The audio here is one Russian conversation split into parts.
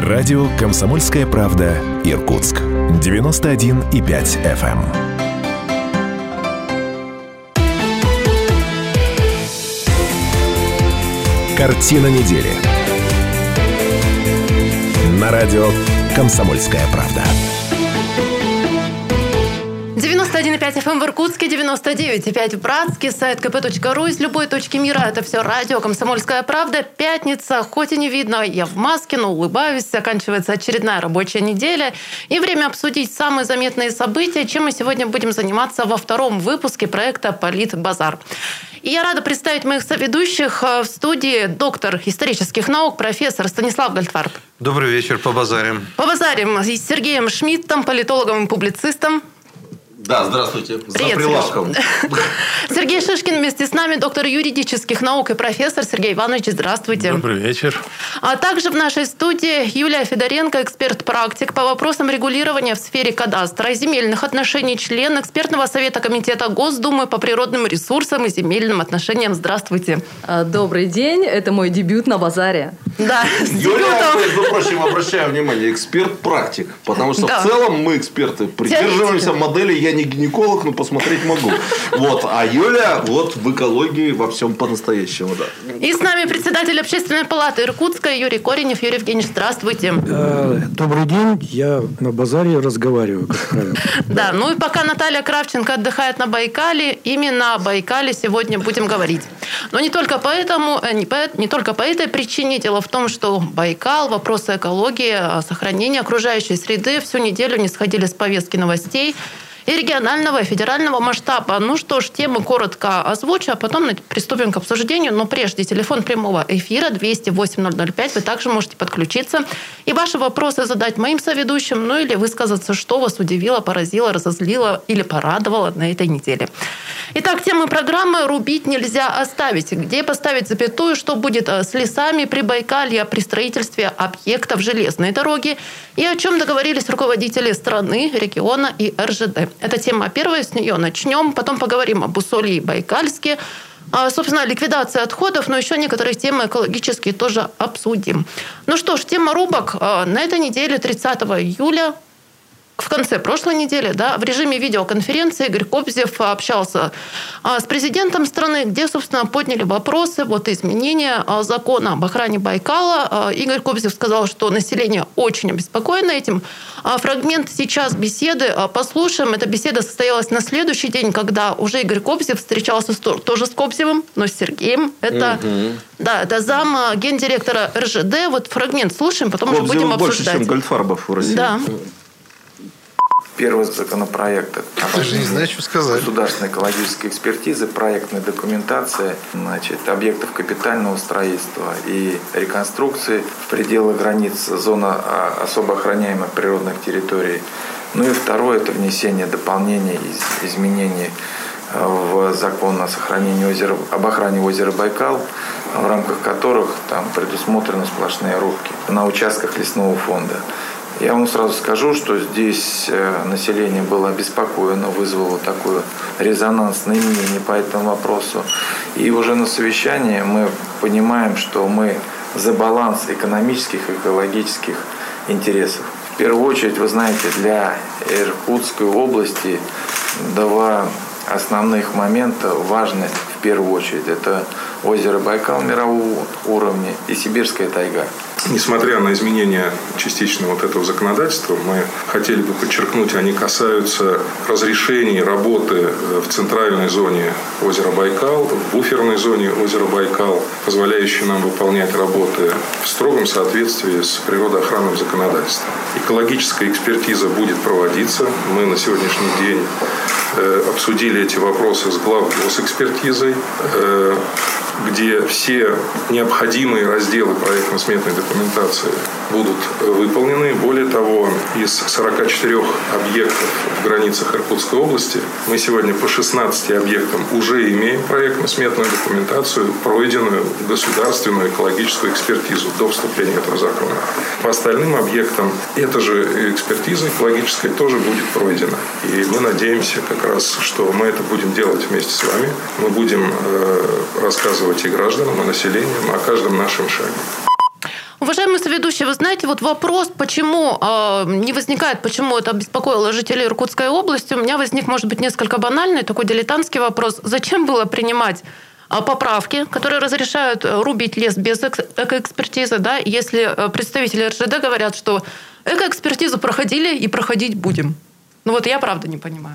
Радио «Комсомольская правда», Иркутск. 91,5 FM. Картина недели. На радио «Комсомольская правда». 91,5 FM в Иркутске, 99,5 в Братске, сайт kp.ru из любой точки мира. Это все радио «Комсомольская правда». Пятница, хоть и не видно, я в маске, но улыбаюсь. Заканчивается очередная рабочая неделя. И время обсудить самые заметные события, чем мы сегодня будем заниматься во втором выпуске проекта «Политбазар». И я рада представить моих соведущих в студии доктор исторических наук, профессор Станислав Гольдфарб. Добрый вечер, побазарим. Побазарим с Сергеем Шмидтом, политологом и публицистом. Да, здравствуйте. Привет, за прилавком. Сергей Шишкин вместе с нами, доктор юридических наук и профессор. Сергей Иванович, здравствуйте. Добрый вечер. А также в нашей студии Юлия Федоренко, эксперт-практик по вопросам регулирования в сфере кадастра и земельных отношений, член экспертного совета Комитета Госдумы по природным ресурсам и земельным отношениям. Здравствуйте. Добрый день. Это мой дебют на базаре. Да, с Юлия, дебютом. между прочим, обращаю внимание, эксперт-практик. Потому что Да. в целом мы, эксперты, придерживаемся модели «я не гинеколог, но посмотреть могу». Вот. А Юля вот в экологии во всем по-настоящему. Да. И с нами председатель Общественной палаты Иркутска Юрий Коренев. Юрий Евгеньевич, здравствуйте. Добрый день. Я на базаре разговариваю, как правило. Да, ну и пока Наталья Кравченко отдыхает на Байкале, именно о Байкале сегодня будем говорить. Но не только поэтому, не только по этой причине. Дело в том, что Байкал, вопросы экологии, сохранения окружающей среды всю неделю не сходили с повестки новостей и регионального, и федерального масштаба. Ну что ж, темы коротко озвучу, а потом приступим к обсуждению. Но прежде телефон прямого эфира 208-005. Вы также можете подключиться и ваши вопросы задать моим соведущим, ну или высказаться, что вас удивило, поразило, разозлило или порадовало на этой неделе. Итак, темы программы «Рубить нельзя оставить». Где поставить запятую, что будет с лесами при Байкалье при строительстве объектов железной дороги и о чем договорились руководители страны, региона и РЖД. Это тема первая, с нее начнем. Потом поговорим об Усолье и Байкальске. Собственно, ликвидация отходов, но еще некоторые темы экологические тоже обсудим. Ну что ж, тема рубок. На этой неделе, 30 июля, в конце прошлой недели, да, в режиме видеоконференции Игорь Кобзев общался с президентом страны, где, собственно, подняли вопросы изменения закона об охране Байкала. Игорь Кобзев сказал, что население очень обеспокоено этим. Фрагмент сейчас беседы послушаем. Эта беседа состоялась на следующий день, когда уже Игорь Кобзев встречался тоже с Кобзевым, но с Сергеем. Это, да, это зам гендиректора РЖД. Вот фрагмент слушаем, потом Кобзев уже будем больше, обсуждать. чем Гольдфарбов в России. Да. Первый законопроект Даже не знаю, что сказать. государственной экологической экспертизы, проектной документации, объектов капитального строительства и реконструкции в пределах границ зоны особо охраняемых природных территорий. Ну и второе – это внесение дополнений, изменений в закон о сохранении об охране озера Байкал, в рамках которых там предусмотрены сплошные рубки на участках лесного фонда. Я вам сразу скажу, что здесь население было обеспокоено, вызвало такое резонансное мнение по этому вопросу. И уже на совещании мы понимаем, что мы за баланс экономических и экологических интересов. В первую очередь, вы знаете, для Иркутской области два основных момента важны в первую очередь. Это озеро Байкал мирового уровня и Сибирская тайга. Несмотря на изменения частично вот этого законодательства, мы хотели бы подчеркнуть, они касаются разрешений работы в центральной зоне озера Байкал, в буферной зоне озера Байкал, позволяющей нам выполнять работы в строгом соответствии с природоохранным законодательством. Экологическая экспертиза будет проводиться. Мы на сегодняшний день обсудили эти вопросы с главгосэкспертизой, где все необходимые разделы проектно-сметной документации будут выполнены. Более того, из 44 объектов в границах Иркутской области мы сегодня по 16 объектам уже имеем проектно-сметную документацию, пройденную государственную экологическую экспертизу до вступления этого закона. По остальным объектам эта же экспертиза экологическая тоже будет пройдена. И мы надеемся как раз, что мы это будем делать вместе с вами. Мы будем рассказывать и гражданам, и населению о каждом нашем шаге. Уважаемый соведущий, вы знаете, вот вопрос, почему не возникает, почему это обеспокоило жителей Иркутской области, у меня возник, может быть, несколько банальный, такой дилетантский вопрос. Зачем было принимать поправки, которые разрешают рубить лес без экоэкспертизы, да, если представители РЖД говорят, что экоэкспертизу проходили и проходить будем? Ну вот я правда не понимаю.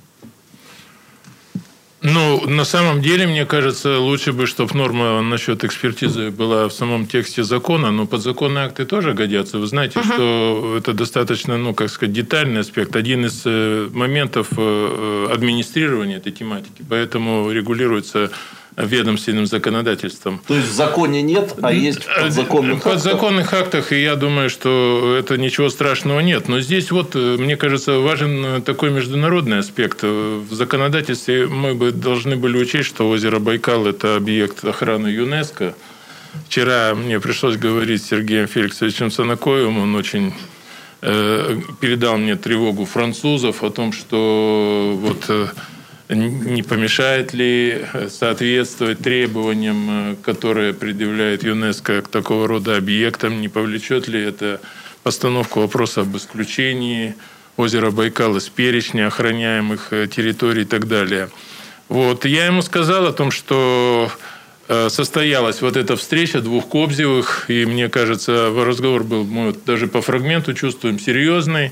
Ну, на самом деле, мне кажется, лучше бы, чтобы норма насчет экспертизы была в самом тексте закона, но подзаконные акты тоже годятся. Вы знаете, что это достаточно, ну, как сказать, детальный аспект, один из моментов администрирования этой тематики, поэтому регулируется ведомственным законодательством. То есть в законе нет, а есть в подзаконных актах? В подзаконных актах, и я думаю, что это ничего страшного нет. Но здесь вот, мне кажется, важен такой международный аспект. В законодательстве мы бы должны были учесть, что озеро Байкал – это объект охраны ЮНЕСКО. Вчера мне пришлось говорить с Сергеем Феликсовичем Санакоевым, он очень передал мне тревогу французов о том, что вот не помешает ли соответствовать требованиям, которые предъявляет ЮНЕСКО к такого рода объектам, не повлечет ли это постановку вопроса об исключении озера Байкал из перечня охраняемых территорий и так далее. Вот. Я ему сказал о том, что состоялась вот эта встреча двух Кобзевых, и мне кажется, разговор был, мы даже по фрагменту чувствуем, серьезный.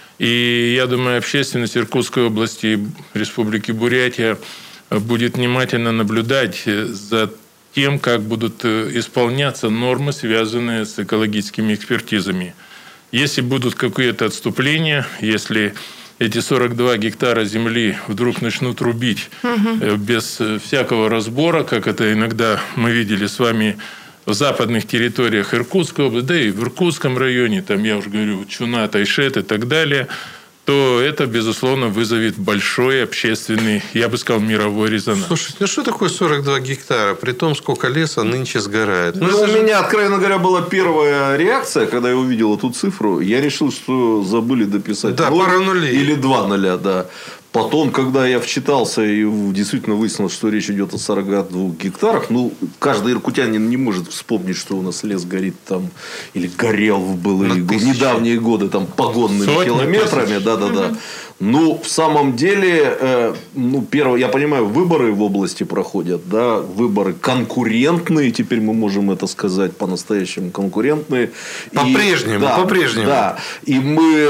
И я думаю, общественность Иркутской области и Республики Бурятия будет внимательно наблюдать за тем, как будут исполняться нормы, связанные с экологическими экспертизами. Если будут какие-то отступления, если эти 42 гектара земли вдруг начнут рубить без всякого разбора, как это иногда мы видели с вами в западных территориях Иркутской области, да и в Иркутском районе, там я уже говорю, Чуна, Тайшет и так далее, то это, безусловно, вызовет большой общественный, я бы сказал, мировой резонанс. Слушайте, ну что такое 42 гектара, при том, сколько леса нынче сгорает? Ну, у меня, откровенно говоря, была первая реакция, когда я увидел эту цифру. Я решил, что забыли дописать 0 или 2 нуля, да. Потом, когда я вчитался и действительно выяснилось, что речь идет о 42 гектарах, ну, каждый иркутянин не может вспомнить, что у нас лес горит там, или горел в былые недавние годы там погонными километрами. Да-да-да. Ну, в самом деле, первое, я понимаю, выборы в области проходят, да, выборы конкурентные, теперь мы можем это сказать, по-настоящему конкурентные. По-прежнему, по-прежнему. Да, и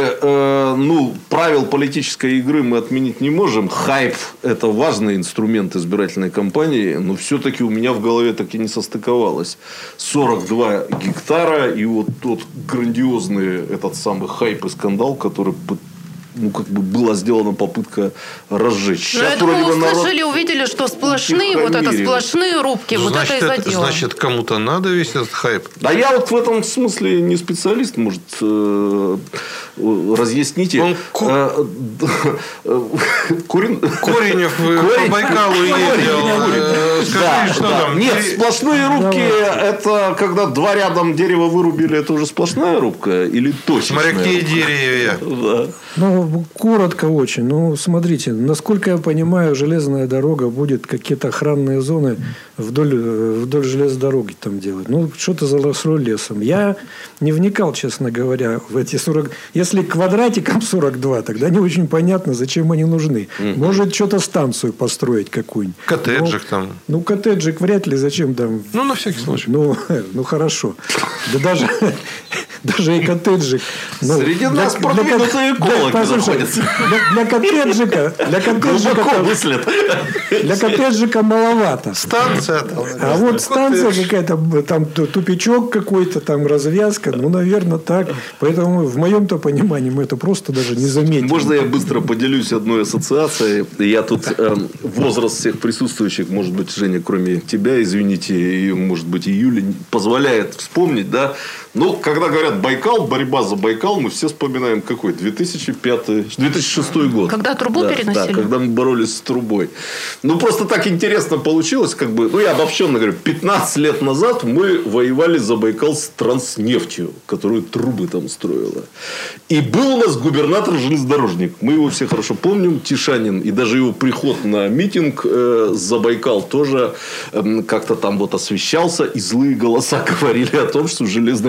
мы, правил политической игры мы отменить не можем. Хайп – это важный инструмент избирательной кампании, но все-таки у меня в голове так и не состыковалось. 42 гектара и вот тот грандиозный этот самый хайп и скандал, который была сделана попытка разжечь. Но это мы услышали, увидели, что сплошные, вот это сплошные рубки, вот это и задело. Значит, кому-то надо весь этот хайп. А я вот в этом смысле не специалист, может, разъясните. Коренев по Байкалу ездил. Скажи, что там? Нет, сплошные рубки, это когда два рядом дерева вырубили, это уже сплошная рубка или точечная? Смотря какие деревья. Ну, коротко очень. Ну, смотрите, насколько я понимаю, железная дорога будет какие-то охранные зоны вдоль железной дороги там делать. Ну, что-то заросло лесом. Я не вникал, честно говоря, в эти 40... Если квадратиком 42, тогда не очень понятно, зачем они нужны. Может, что-то станцию построить какую-нибудь. Коттеджик там. Ну, коттеджик вряд ли. Зачем там... Ну, на всякий случай. Ну, хорошо. Да даже и коттеджик. Среди нас продвинутые экологи находятся. Для коттеджика маловато. Станция там. А вот станция какая-то, там тупичок какой-то, там развязка. Ну, наверное, так. Поэтому в моем-то понимании мы это просто даже не заметим. Можно я быстро поделюсь одной ассоциацией? Я тут возраст всех присутствующих, может быть, Женя, кроме тебя, извините, и, может быть, и Юля, позволяет вспомнить, да? Ну, когда говорят Байкал, борьба за Байкал, мы все вспоминаем какой? 2006 год. Когда трубу переносили? Да, когда мы боролись с трубой. Ну, просто так интересно получилось, как бы, я обобщенно говорю, 15 лет назад мы воевали за Байкал с Транснефтью, которую трубы там строила. И был у нас губернатор-железнодорожник. Мы его все хорошо помним, Тишанин. И даже его приход на митинг за Байкал тоже как-то там вот освещался. И злые голоса говорили о том, что железная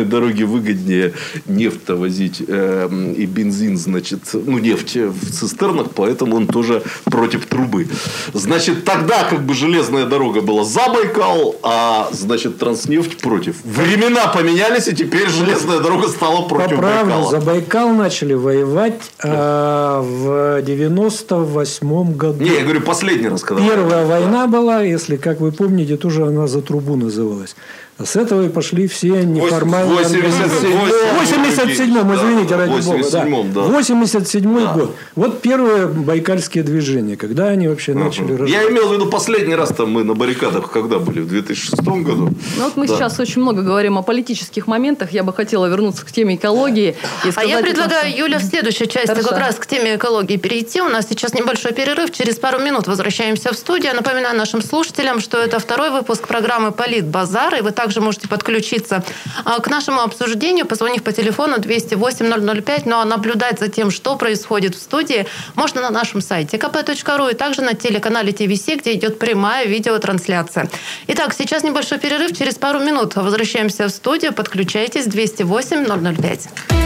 дороги выгоднее нефть возить и бензин, значит, нефть в цистернах, поэтому он тоже против трубы. Значит, тогда как бы железная дорога была за Байкал, а значит, Транснефть против. Времена поменялись, и теперь железная дорога стала против Байкала. За Байкал начали воевать в 98 году. Не, я говорю, последний раз, когда... Первая война была, если, как вы помните, тоже она за трубу называлась. А с этого и пошли все неформальные... В 87-м, извините, ради бога. Да. 87-й год. Вот первые байкальские движения, когда они вообще начали развиваться. Я имел в виду последний раз там мы на баррикадах когда были? В 2006 году? Ну вот мы сейчас очень много говорим о политических моментах. Я бы хотела вернуться к теме экологии. А я предлагаю, Юля, в следующей части как раз к теме экологии перейти. У нас сейчас небольшой перерыв. Через пару минут возвращаемся в студию. Напоминаю нашим слушателям, что это второй выпуск программы «Политбазар». И вы также можете подключиться к нашему обсуждению, позвонив по телефону 208-005. Ну а наблюдать за тем, что происходит в студии, можно на нашем сайте kp.ru и также на телеканале ТВС, где идет прямая видеотрансляция. Итак, сейчас небольшой перерыв. Через пару минут возвращаемся в студию. Подключайтесь 208-005.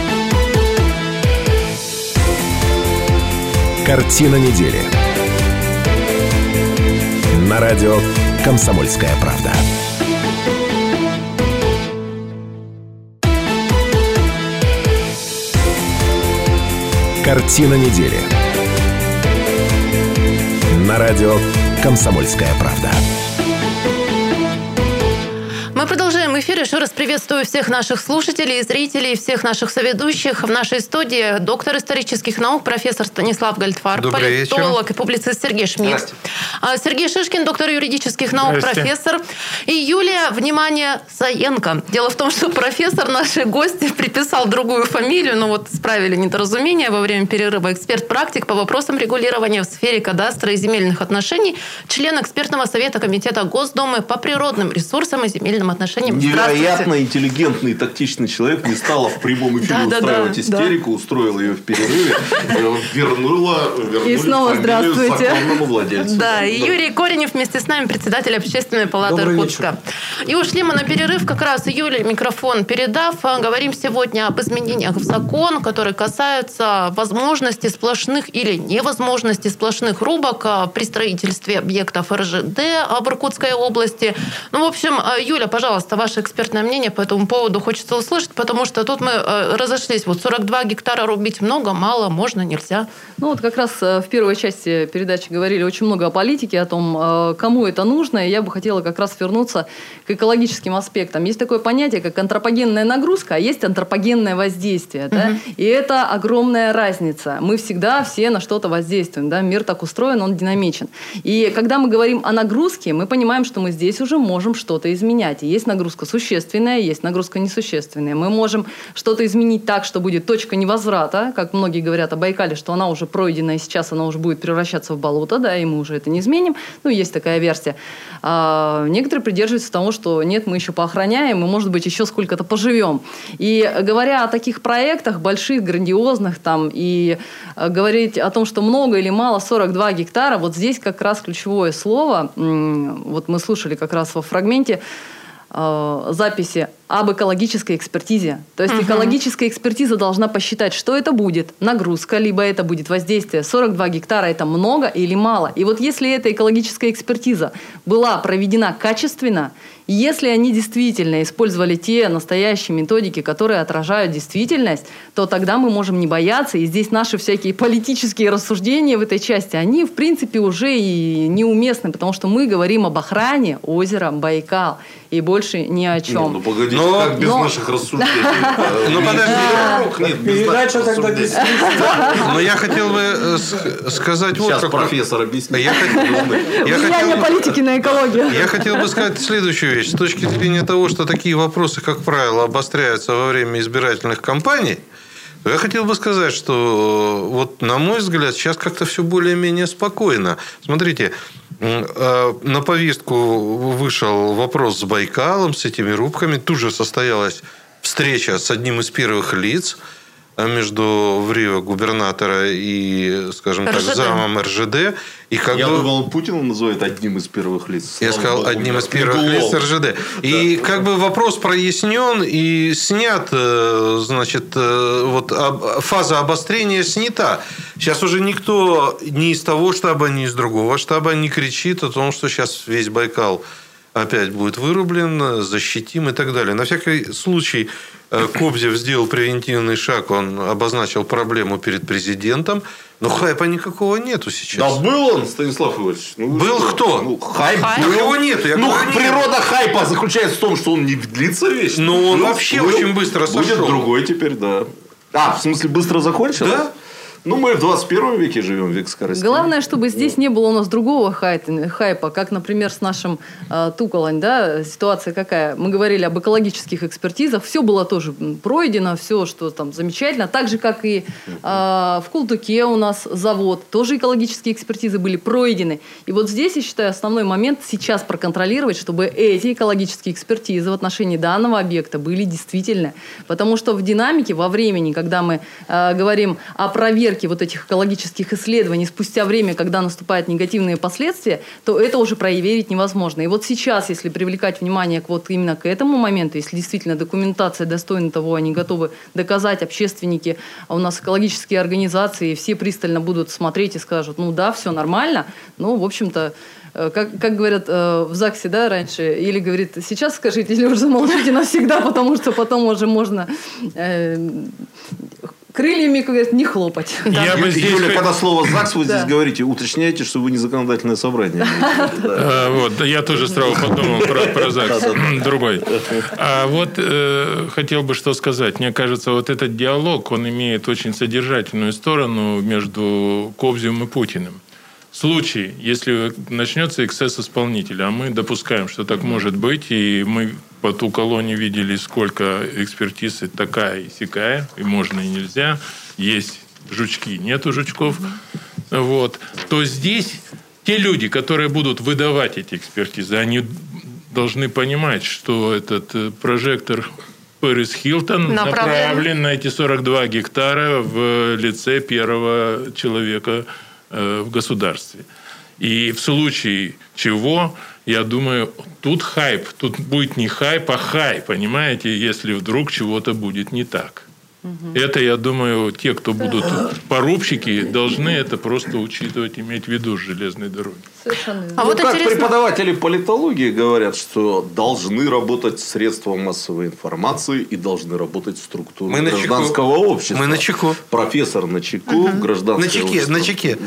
Картина недели. На радио «Комсомольская правда». Картина недели. На радио «Комсомольская правда». Мы продолжаем эфир. Еще раз приветствую всех наших слушателей, зрителей, всех наших соведущих. В нашей студии доктор исторических наук, профессор Станислав Гольдфарб, политолог и публицист Сергей Шмидт. Сергей Шишкин, доктор юридических наук, профессор. И Юлия, внимание, Саенко. Дело в том, что профессор нашей гости приписал другую фамилию, но вот справили недоразумение во время перерыва. Эксперт-практик по вопросам регулирования в сфере кадастра и земельных отношений, член экспертного совета Комитета Госдумы по природным ресурсам и земельным отношениям. Невероятно интеллигентный и тактичный человек не стала в прямом эфире устраивать истерику, устроила ее в перерыве, вернула и снова здравствуйте законному владельцу. Да, и Юрий Коренев вместе с нами, председатель Общественной палаты Иркутска. И ушли мы на перерыв, как раз Юле микрофон передав. Говорим сегодня об изменениях в закон, которые касаются возможности сплошных или невозможности сплошных рубок при строительстве объектов РЖД в Иркутской области. Ну, в общем, Юля, пожалуйста, ваше экспертное мнение по этому поводу хочется услышать, потому что тут мы разошлись. Вот 42 гектара рубить много, мало, можно, нельзя. Ну, вот как раз в первой части передачи говорили очень много о политике, о том, кому это нужно. И я бы хотела как раз вернуться к экологическим аспектам. Есть такое понятие, как антропогенная нагрузка, а есть антропогенное воздействие. Да? И это огромная разница. Мы всегда все на что-то воздействуем. Да? Мир так устроен, он динамичен. И когда мы говорим о нагрузке, мы понимаем, что мы здесь уже можем что-то изменять. И есть нагрузка существенная, есть нагрузка несущественная. Мы можем что-то изменить так, что будет точка невозврата, как многие говорят о Байкале, что она уже пройдена, и сейчас она уже будет превращаться в болото, да, и мы уже это не изменим. Ну, есть такая версия. А некоторые придерживаются того, что нет, мы еще поохраняем, и, может быть, еще сколько-то поживем. И говоря о таких проектах, больших, грандиозных, там, и говорить о том, что много или мало, 42 гектара, вот здесь как раз ключевое слово, вот мы слушали как раз во фрагменте записи об экологической экспертизе. То есть экологическая экспертиза должна посчитать, что это будет нагрузка, либо это будет воздействие. 42 гектара – это много или мало. И вот если эта экологическая экспертиза была проведена качественно, если они действительно использовали те настоящие методики, которые отражают действительность, то тогда мы можем не бояться. И здесь наши всякие политические рассуждения в этой части, они, в принципе, уже и неуместны, потому что мы говорим об охране озера Байкал. И больше ни о чем. Ну, погодите, как без наших рассуждений? Ну, подожди. Передача тогда действительно. Но я хотел бы сказать вот сейчас как... профессор объяснит. Влияние политики на экологию. Я хотел бы сказать следующую вещь. С точки зрения того, что такие вопросы, как правило, обостряются во время избирательных кампаний, я хотел бы сказать, что, вот, на мой взгляд, сейчас как-то все более-менее спокойно. Смотрите, на повестку вышел вопрос с Байкалом, с этими рубками. Тут же состоялась встреча с одним из первых лиц между в Рио губернатора и, скажем так, замом РЖД. И я думал, Путина называют одним из первых лиц. Я сказал, одним из первых лиц РЖД. И как бы вопрос прояснен и снят, значит, вот фаза обострения снята. Сейчас уже никто ни из того штаба, ни из другого штаба не кричит о том, что сейчас весь Байкал опять будет вырублен, защитим и так далее. На всякий случай Кобзев сделал превентивный шаг, он обозначил проблему перед президентом, но хайпа никакого нету сейчас. Да был он, Станислав Иванович. Был кто? Хайп был. Его нету. Природа хайпа заключается в том, что он не длится вечно. Но он вообще очень быстро сошел. Будет другой теперь, да. В смысле, быстро закончил? Да. Ну, мы в 21 веке живем, век скорости. Главное, чтобы здесь не было у нас другого хайпа, как, например, с нашим Туколань, да, ситуация какая. Мы говорили об экологических экспертизах, все было тоже пройдено, все, что там замечательно. Так же, как и в Култуке у нас завод, тоже экологические экспертизы были пройдены. И вот здесь, я считаю, основной момент сейчас проконтролировать, чтобы эти экологические экспертизы в отношении данного объекта были действительно. Потому что в динамике, во времени, когда мы говорим о проверке вот этих экологических исследований спустя время, когда наступают негативные последствия, то это уже проверить невозможно. И вот сейчас, если привлекать внимание вот именно к этому моменту, если действительно документация достойна того, они готовы доказать, общественники, а у нас экологические организации, все пристально будут смотреть и скажут, ну да, все нормально, ну, в общем-то, как говорят в ЗАГСе, да, раньше, или говорит, сейчас скажите, или уже замолчите навсегда, потому что потом уже можно... крыльями, говорят, не хлопать. Да. Юля, когда слово ЗАГС вы здесь говорите, уточняйте, что вы не законодательное собрание. Вот, я тоже сразу подумал про ЗАГС. Другой. А вот хотел бы что сказать. Мне кажется, вот этот диалог, он имеет очень содержательную сторону между Кобзевым и Путиным. В случае, если начнется эксцесс исполнителя, а мы допускаем, что так может быть, и мы по Туколоне видели, сколько экспертиз и такая, и сякая, и можно, и нельзя, есть жучки, нету жучков, вот, то здесь те люди, которые будут выдавать эти экспертизы, они должны понимать, что этот прожектор Пэрис Хилтон направлен на эти 42 гектара в лице первого человека в государстве. И в случае чего, я думаю, тут хайп, тут будет не хайп, а хай, понимаете, если вдруг чего-то будет не так. Это, я думаю, те, кто будут порубщики, должны это просто учитывать, иметь в виду с железной дороги. Совершенно. А вот как преподаватели политологии говорят, что должны работать средства массовой информации и должны работать структуры гражданского общества. Мы на чеку. Профессор на чеку, гражданское общество. На чеке.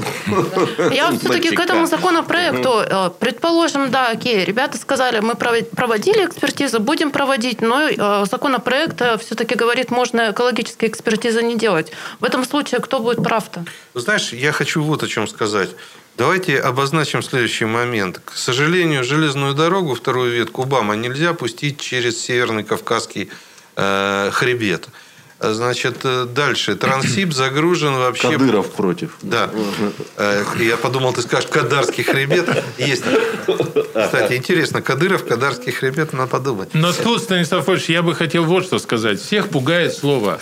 Я все-таки к этому законопроекту, предположим, да, окей, ребята сказали, мы проводили экспертизу, будем проводить, но законопроект все-таки говорит, можно экологические экспертизы не делать. В этом случае кто будет прав-то? Знаешь, я хочу вот о чем сказать. Давайте обозначим следующий момент. К сожалению, железную дорогу, вторую ветку БАМа, нельзя пустить через Северный Кавказский хребет. Значит, дальше. Транссиб загружен вообще... Кадыров против. Да. Я подумал, ты скажешь, Кадарский хребет. Есть. Кстати, интересно, Кадыров, Кадарский хребет, надо подумать. Но тут, Станислав Ильич, я бы хотел вот что сказать. Всех пугает слово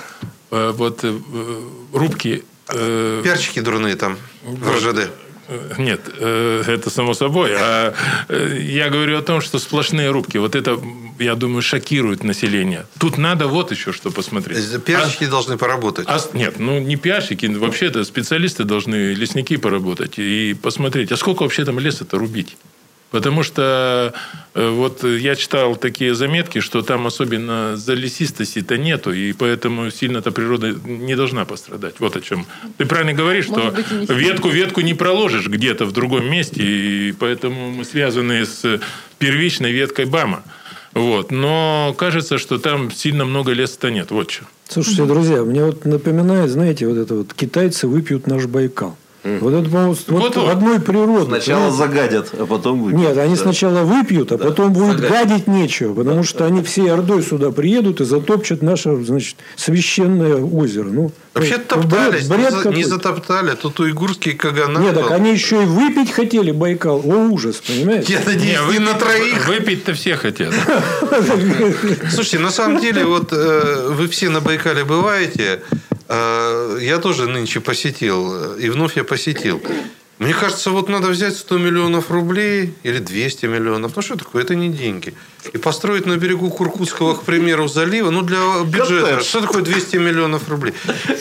рубки... Перчики дурные там в РЖД. Нет, это само собой. А я говорю о том, что сплошные рубки. Вот это, я думаю, шокирует население. Тут надо вот еще что посмотреть. Пиарщики должны поработать. Нет, ну не пиарщики. Вообще это специалисты должны, лесники поработать. И посмотреть, а сколько вообще там леса-то рубить? Потому что вот я читал такие заметки, что там особенно залесистости-то нету, и поэтому сильно-то природа не должна пострадать. Вот о чем. Ты правильно говоришь, что ветку не проложишь где-то в другом месте, и поэтому мы связаны с первичной веткой БАМа. Вот. Но кажется, что там сильно много леса-то нет. Вот что. Слушайте, друзья, мне вот напоминает, знаете, вот это вот китайцы выпьют наш Байкал. Вот это, по-моему, одной природы. Сначала загадят, а потом выпьют. Нет, они сначала выпьют, а потом будет гадить нечего, потому что они всей ордой сюда приедут и затопчут наше, значит, священное озеро. Вообще топтались, не затоптали, тут уйгурские каганаты. Нет, так они еще и выпить хотели Байкал. О, ужас, понимаете? Я надеюсь, вы на троих. Выпить-то все хотят. Слушайте, на самом деле, вот вы все на Байкале бываете. Я тоже нынче посетил, и вновь я посетил. Мне кажется, вот надо взять 100 миллионов рублей или 200 миллионов. Ну, что такое? Это не деньги. И построить на берегу Куркутского, к примеру, залива, для бюджета. Что такое 200 миллионов рублей?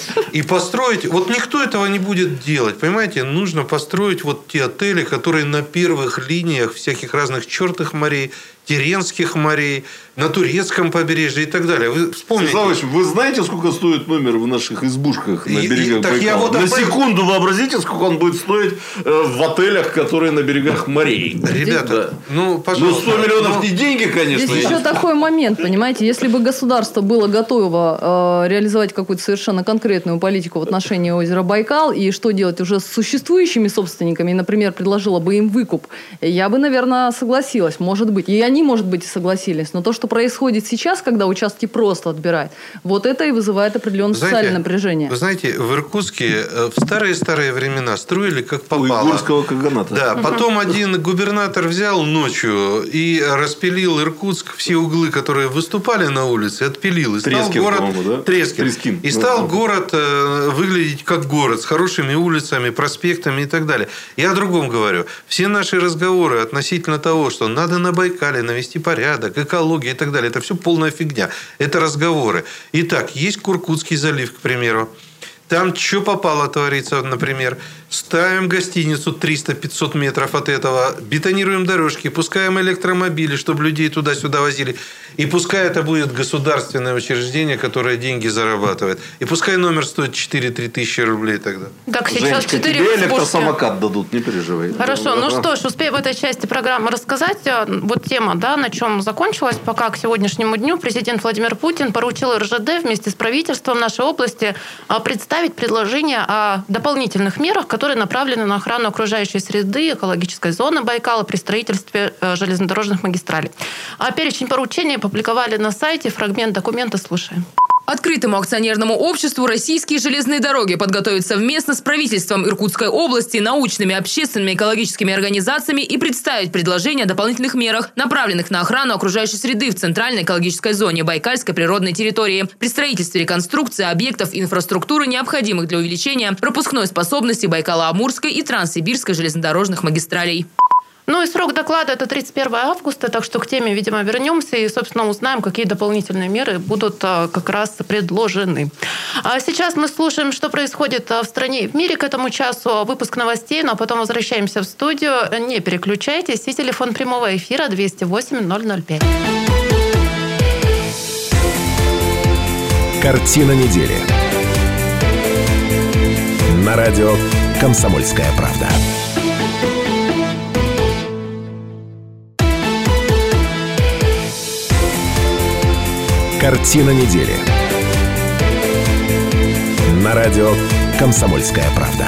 И построить... Вот никто этого не будет делать. Понимаете? Нужно построить вот те отели, которые на первых линиях всяких разных чертых морей, Теренских морей, на турецком побережье и так далее. Вы вспомните. Вы знаете, сколько стоит номер в наших избушках на берегах Байкала? Вот на секунду вообразите, сколько он будет стоить в отелях, которые на берегах морей. Ребята, пожалуйста. 100 миллионов не деньги, конечно. Здесь еще такой момент, понимаете, если бы государство было готово реализовать какую-то совершенно конкретную политику в отношении озера Байкал и что делать уже с существующими собственниками, например, предложило бы им выкуп, я бы, наверное, согласилась, может быть. И они, может быть, и согласились. Но то, что происходит сейчас, когда участки просто отбирают, вот это и вызывает определенное социальное напряжение. Вы знаете, в Иркутске в старые-старые времена строили как попало. Уйгурского каганата. Да, потом один губернатор взял ночью и распилил Иркутск, все углы, которые выступали на улице, отпилил. И стал город Трескин. И стал город выглядеть как город с хорошими улицами, проспектами и так далее. Я о другом говорю. Все наши разговоры относительно того, что надо на Байкале навести порядок, экология и так далее, это все полная фигня. Это разговоры. Итак, есть Куркутский залив, к примеру. Там что попало творится, например. Ставим гостиницу 300-500 метров от этого, бетонируем дорожки, пускаем электромобили, чтобы людей туда-сюда возили. И пускай это будет государственное учреждение, которое деньги зарабатывает. И пускай номер стоит 4-3 тысячи рублей тогда. Так, сейчас Женечка, 4 тебе электросамокат дадут, не переживай. Хорошо, что ж, успею в этой части программы рассказать. Вот тема, на чем закончилась. Пока к сегодняшнему дню президент Владимир Путин поручил РЖД вместе с правительством нашей области представить предложение о дополнительных мерах, которые направлены на охрану окружающей среды, экологической зоны Байкала при строительстве железнодорожных магистралей. А перечень поручений опубликовали на сайте. Фрагмент документа слушаем. Открытому акционерному обществу «Российские железные дороги» подготовят совместно с правительством Иркутской области, научными, общественными, экологическими организациями и представить предложения о дополнительных мерах, направленных на охрану окружающей среды в центральной экологической зоне Байкальской природной территории при строительстве реконструкции объектов инфраструктуры, необходимых для увеличения пропускной способности Байкало-Амурской и Транссибирской железнодорожных магистралей. И срок доклада – это 31 августа, так что к теме, видимо, вернемся и, собственно, узнаем, какие дополнительные меры будут как раз предложены. А сейчас мы слушаем, что происходит в стране и в мире к этому часу. Выпуск новостей, но потом возвращаемся в студию. Не переключайтесь. И телефон прямого эфира 208-005. Картина недели. На радио «Комсомольская правда». Картина недели. На радио «Комсомольская правда».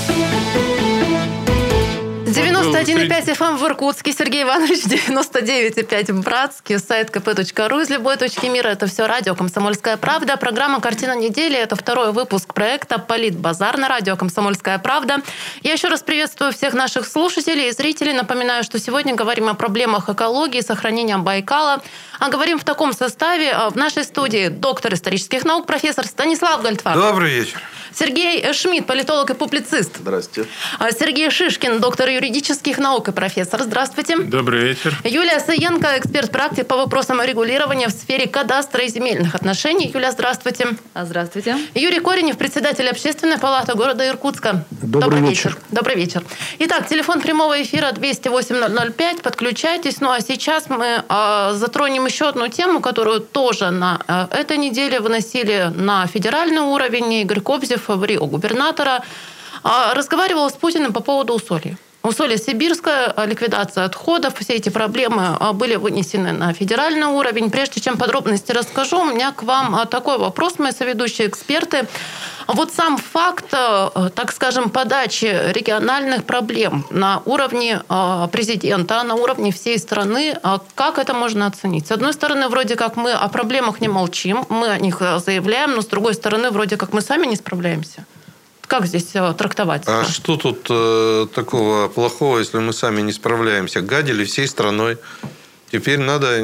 91,5 FM в Иркутске, Сергей Иванович, 99,5 в Братске, сайт kp.ru из любой точки мира. Это все радио «Комсомольская правда». Программа «Картина недели» – это второй выпуск проекта «Политбазар» на радио «Комсомольская правда». Я еще раз приветствую всех наших слушателей и зрителей. Напоминаю, что сегодня говорим о проблемах экологии, сохранения Байкала. А говорим в таком составе. В нашей студии доктор исторических наук, профессор Станислав Гольдфарб. Добрый вечер. Сергей Шмидт, политолог и публицист. Здравствуйте. Сергей Шишкин, доктор юридических наук и профессор. Здравствуйте. Добрый вечер. Юлия Саенко, эксперт-практик по вопросам регулирования в сфере кадастра и земельных отношений. Юлия, здравствуйте. Здравствуйте. Юрий Коренев, председатель Общественной палаты города Иркутска. Добрый вечер. Добрый вечер. Итак, телефон прямого эфира 208-005. Подключайтесь. А сейчас мы затронем еще одну тему, которую тоже на этой неделе выносили на федеральный уровень. Игорь Кобзев, губернатора, разговаривал с Путиным по поводу Усолья. Усолье-Сибирское, ликвидация отходов, все эти проблемы были вынесены на федеральный уровень. Прежде чем подробности расскажу, у меня к вам такой вопрос, мои соведущие эксперты. А вот сам факт, так скажем, подачи региональных проблем на уровне президента, на уровне всей страны, как это можно оценить? С одной стороны, вроде как мы о проблемах не молчим, мы о них заявляем, но с другой стороны, вроде как мы сами не справляемся. Как здесь трактовать? А что тут такого плохого, если мы сами не справляемся? Гадили всей страной. Теперь надо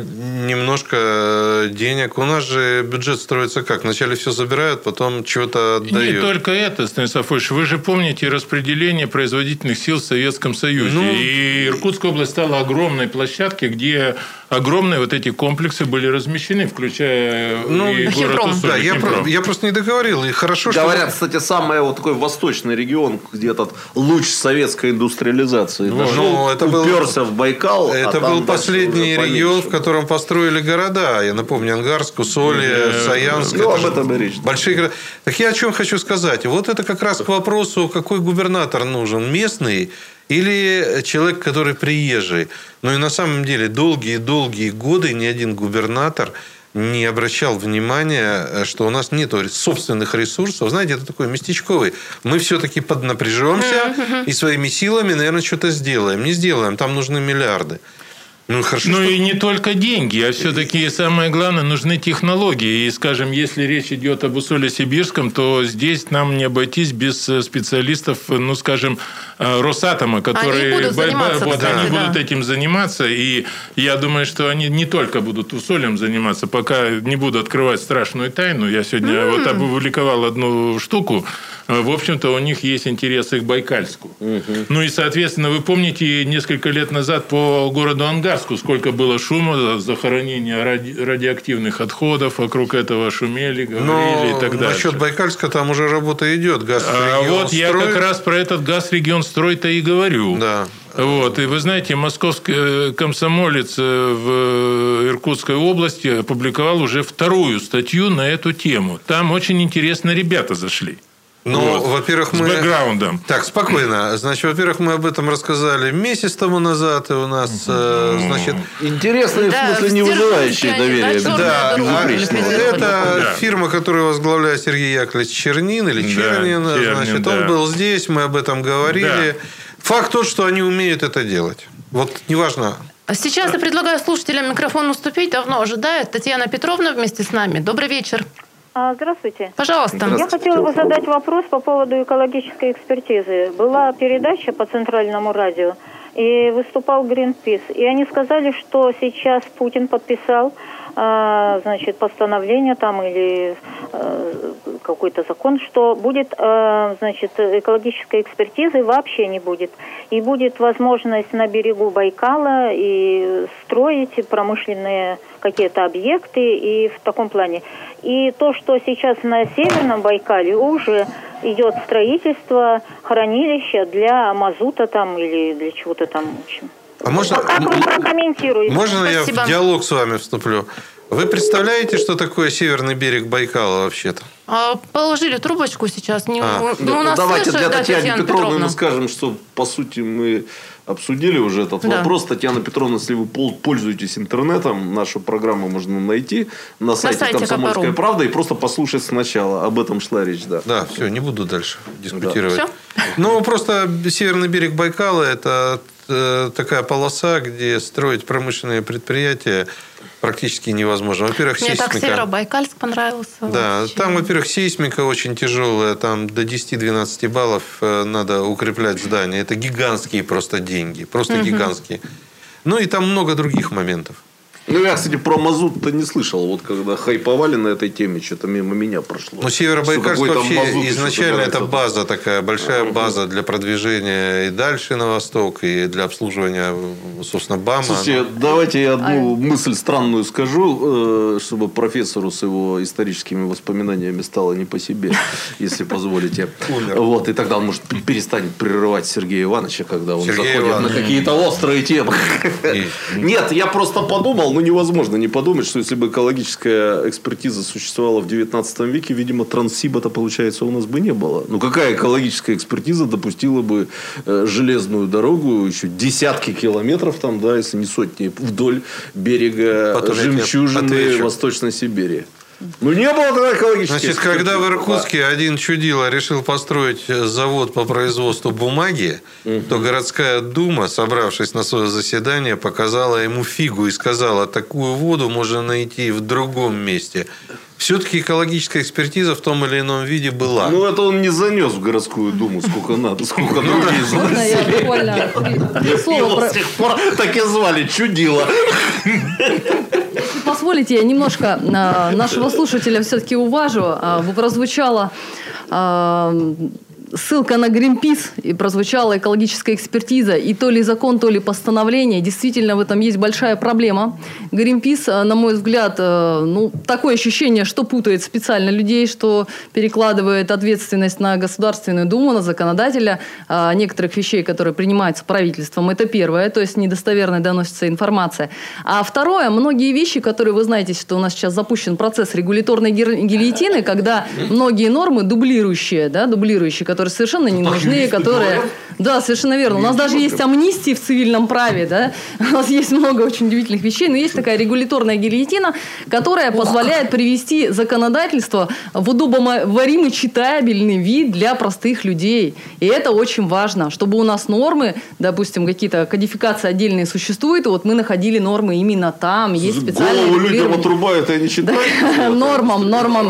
немножко денег. У нас же бюджет строится как? Вначале все забирают, потом чего-то отдают. Не только это, Станислав Ильич. Вы же помните распределение производительных сил в Советском Союзе. И Иркутская область стала огромной площадкой, где огромные вот эти комплексы были размещены, включая и город Усоль. Да, я просто не договорил. И хорошо, говорят, кстати, самый вот такой восточный регион, где этот луч советской индустриализации дошел, уперся в Байкал. Это был последний регион, в котором построили города. Я напомню, Ангарск, Усолье, Саянск. Об этом и речь. Большие города. Так я о чем хочу сказать. Вот это как раз к вопросу, какой губернатор нужен. Местный или человек, который приезжий. Но и на самом деле долгие годы ни один губернатор не обращал внимания, что у нас нет собственных ресурсов. Знаете, это такой местечковый. Мы все-таки поднапряжемся и своими силами, наверное, что-то сделаем. Не сделаем, там нужны миллиарды. И не только деньги, а все-таки самое главное, нужны технологии. И, скажем, если речь идет об Усолье-Сибирском, то здесь нам не обойтись без специалистов, Росатома, которые будут этим заниматься. И я думаю, что они не только будут Усольем заниматься, пока не буду открывать страшную тайну. Я сегодня опубликовал одну штуку. В общем-то, у них есть интересы к Байкальску. И, соответственно, вы помните, несколько лет назад по городу Ангарску сколько было шума, захоронения радиоактивных отходов, вокруг этого шумели, говорили и так далее. Насчет Байкальска там уже работа идет. Газ-регион строит. Я как раз про этот газ-регион строй-то и говорю. Да. И вы знаете, московский комсомолец в Иркутской области опубликовал уже 2-ю статью на эту тему. Там очень интересно ребята зашли. Во-первых, мы... С бэкграундом. Так, спокойно. Значит, во-первых, мы об этом рассказали месяц тому назад, и у нас, значит... Интересные, в смысле, не вызывающие доверия. Да, это фирма, которую возглавляет Сергей Яковлевич Чернин, или Чернин, значит, он был здесь, мы об этом говорили. Факт тот, что они умеют это делать. Вот неважно... Сейчас я предлагаю слушателям микрофон уступить. Давно ожидает. Татьяна Петровна вместе с нами. Добрый вечер. Здравствуйте. Пожалуйста. Я хотела бы задать вопрос по поводу экологической экспертизы. Была передача по центральному радио, и выступал Greenpeace. И они сказали, что сейчас Путин подписал постановление там или какой-то закон, что будет, экологической экспертизы вообще не будет. И будет возможность на берегу Байкала и строить промышленные какие-то объекты и в таком плане. И то, что сейчас на Северном Байкале уже идет строительство хранилища для мазута там или для чего-то там, в общем. А можно, как вы прокомментируете? Можно я в диалог с вами вступлю? Вы представляете, что такое северный берег Байкала вообще-то? Положили трубочку сейчас. Давайте для Татьяны Петровны мы скажем, что по сути мы обсудили уже этот вопрос. Татьяна Петровна, если вы пользуетесь интернетом, нашу программу можно найти на сайте «Комсомольская правда» и просто послушать сначала. Об этом шла речь. Да, все, не буду дальше дискутировать. Просто северный берег Байкала – это такая полоса, где строить промышленные предприятия практически невозможно. Во-первых, мне так Северобайкальск понравился. Да, вообще. Там, во-первых, сейсмика очень тяжелая. Там до 10-12 баллов надо укреплять здания. Это гигантские просто деньги. Просто гигантские. И там много других моментов. Я, кстати, про мазут-то не слышал. Вот когда хайповали на этой теме, что-то мимо меня прошло. Северобайкальск вообще изначально это база такая, большая база для продвижения и дальше на восток, и для обслуживания, собственно, БАМа. Слушайте, давайте я одну мысль странную скажу, чтобы профессору с его историческими воспоминаниями стало не по себе, если позволите. Вот, и тогда он, может, перестанет прерывать Сергея Ивановича, когда он заходит на какие-то острые темы. Нет, я просто подумал, невозможно не подумать, что если бы экологическая экспертиза существовала в 19 веке, видимо, Транссиба-то, получается, у нас бы не было. Какая экологическая экспертиза допустила бы железную дорогу еще десятки километров, там, если не сотни, вдоль берега жемчужины Восточной Сибири? Ну, не было тогда экологической Значит, когда в Иркутске один чудило решил построить завод по производству бумаги, то городская дума, собравшись на свое заседание, показала ему фигу и сказала, такую воду можно найти в другом месте. Все-таки экологическая экспертиза в том или ином виде была. Ну, это он не занес в городскую думу, сколько надо, сколько другие заносили. Можно я буквально три слова С тех пор так и звали чудило. Если позволите, я немножко нашего слушателя все-таки уважу. Прозвучала ссылка на Greenpeace, и прозвучала экологическая экспертиза, и то ли закон, то ли постановление. Действительно, в этом есть большая проблема. Greenpeace, на мой взгляд, такое ощущение, что путает специально людей, что перекладывает ответственность на Государственную Думу, на законодателя некоторых вещей, которые принимаются правительством. Это первое, то есть недостоверно доносится информация. А второе, многие вещи, которые вы знаете, что у нас сейчас запущен процесс регуляторной гильотины, когда многие нормы дублирующие, которые совершенно не нужны, которые... Да, совершенно верно. У нас даже есть амнистии в цивильном праве, да? У нас есть много очень удивительных вещей, но есть такая регуляторная гильотина, которая позволяет привести законодательство в удобоваримый, читабельный вид для простых людей. И это очень важно, чтобы у нас нормы, допустим, какие-то кодификации отдельные существуют, и вот мы находили нормы именно там, есть специальные голову людям отрубают, и они читают. Нормам,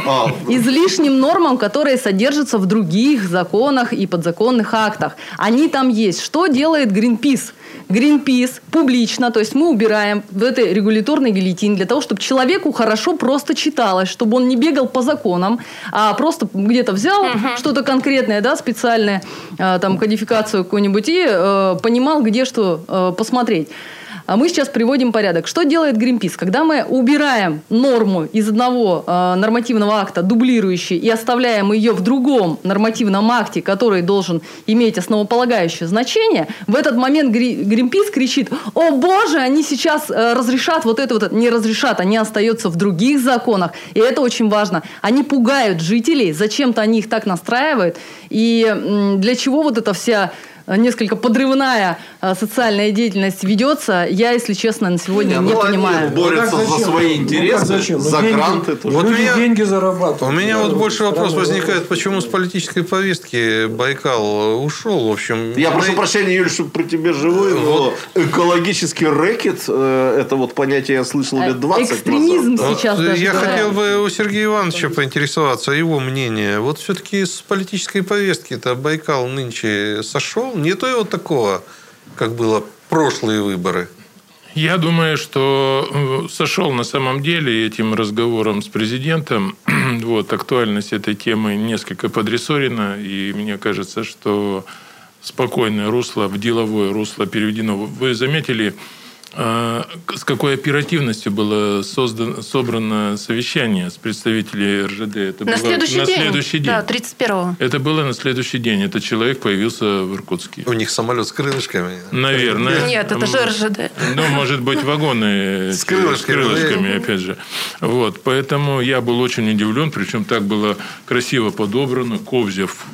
излишним нормам, которые содержатся в других законах и подзаконных актах. Они там есть. Что делает Greenpeace? Greenpeace публично, то есть мы убираем в этой регуляторной гильотине для того, чтобы человеку хорошо просто читалось, чтобы он не бегал по законам, а просто где-то взял что-то конкретное, специальное, там, кодификацию какую-нибудь и понимал, где что посмотреть. А мы сейчас приводим порядок. Что делает Greenpeace? Когда мы убираем норму из одного нормативного акта, дублирующей, и оставляем ее в другом нормативном акте, который должен иметь основополагающее значение, в этот момент Greenpeace кричит: «О боже, они сейчас разрешат вот это вот». Не разрешат, они остаются в других законах. И это очень важно. Они пугают жителей, зачем-то они их так настраивают. И для чего вот эта вся несколько подрывная социальная деятельность ведется, я, если честно, на сегодня не понимаю. Они борются за свои интересы, за гранты. Деньги зарабатывают. У меня вот больше вопрос возникает, почему с политической повестки Байкал ушел. В общем, я прошу прощения, Юль, что при тебе живой, но экологический рэкет, это вот понятие я слышал лет 20 экстремизм назад. сейчас даже я говорят. хотел бы у Сергея Ивановича поинтересоваться, его мнение. Вот все-таки с политической повестки-то Байкал нынче сошел? Нету его такого, как было прошлые выборы? Я думаю, что сошел на самом деле этим разговором с президентом. Вот, актуальность этой темы несколько подрессорена, и мне кажется, что спокойное русло, в деловое русло переведено. Вы заметили, с какой оперативностью было собрано совещание с представителями РЖД? Это на было следующий день. Да, 31-го. Это было на следующий день. Этот человек появился в Иркутске. У них самолет с крылышками? Наверное. Нет, это же РЖД. Ну, может быть, вагоны с крылышками, опять же. Вот. Поэтому я был очень удивлен. Причем так было красиво подобрано. Кобзев.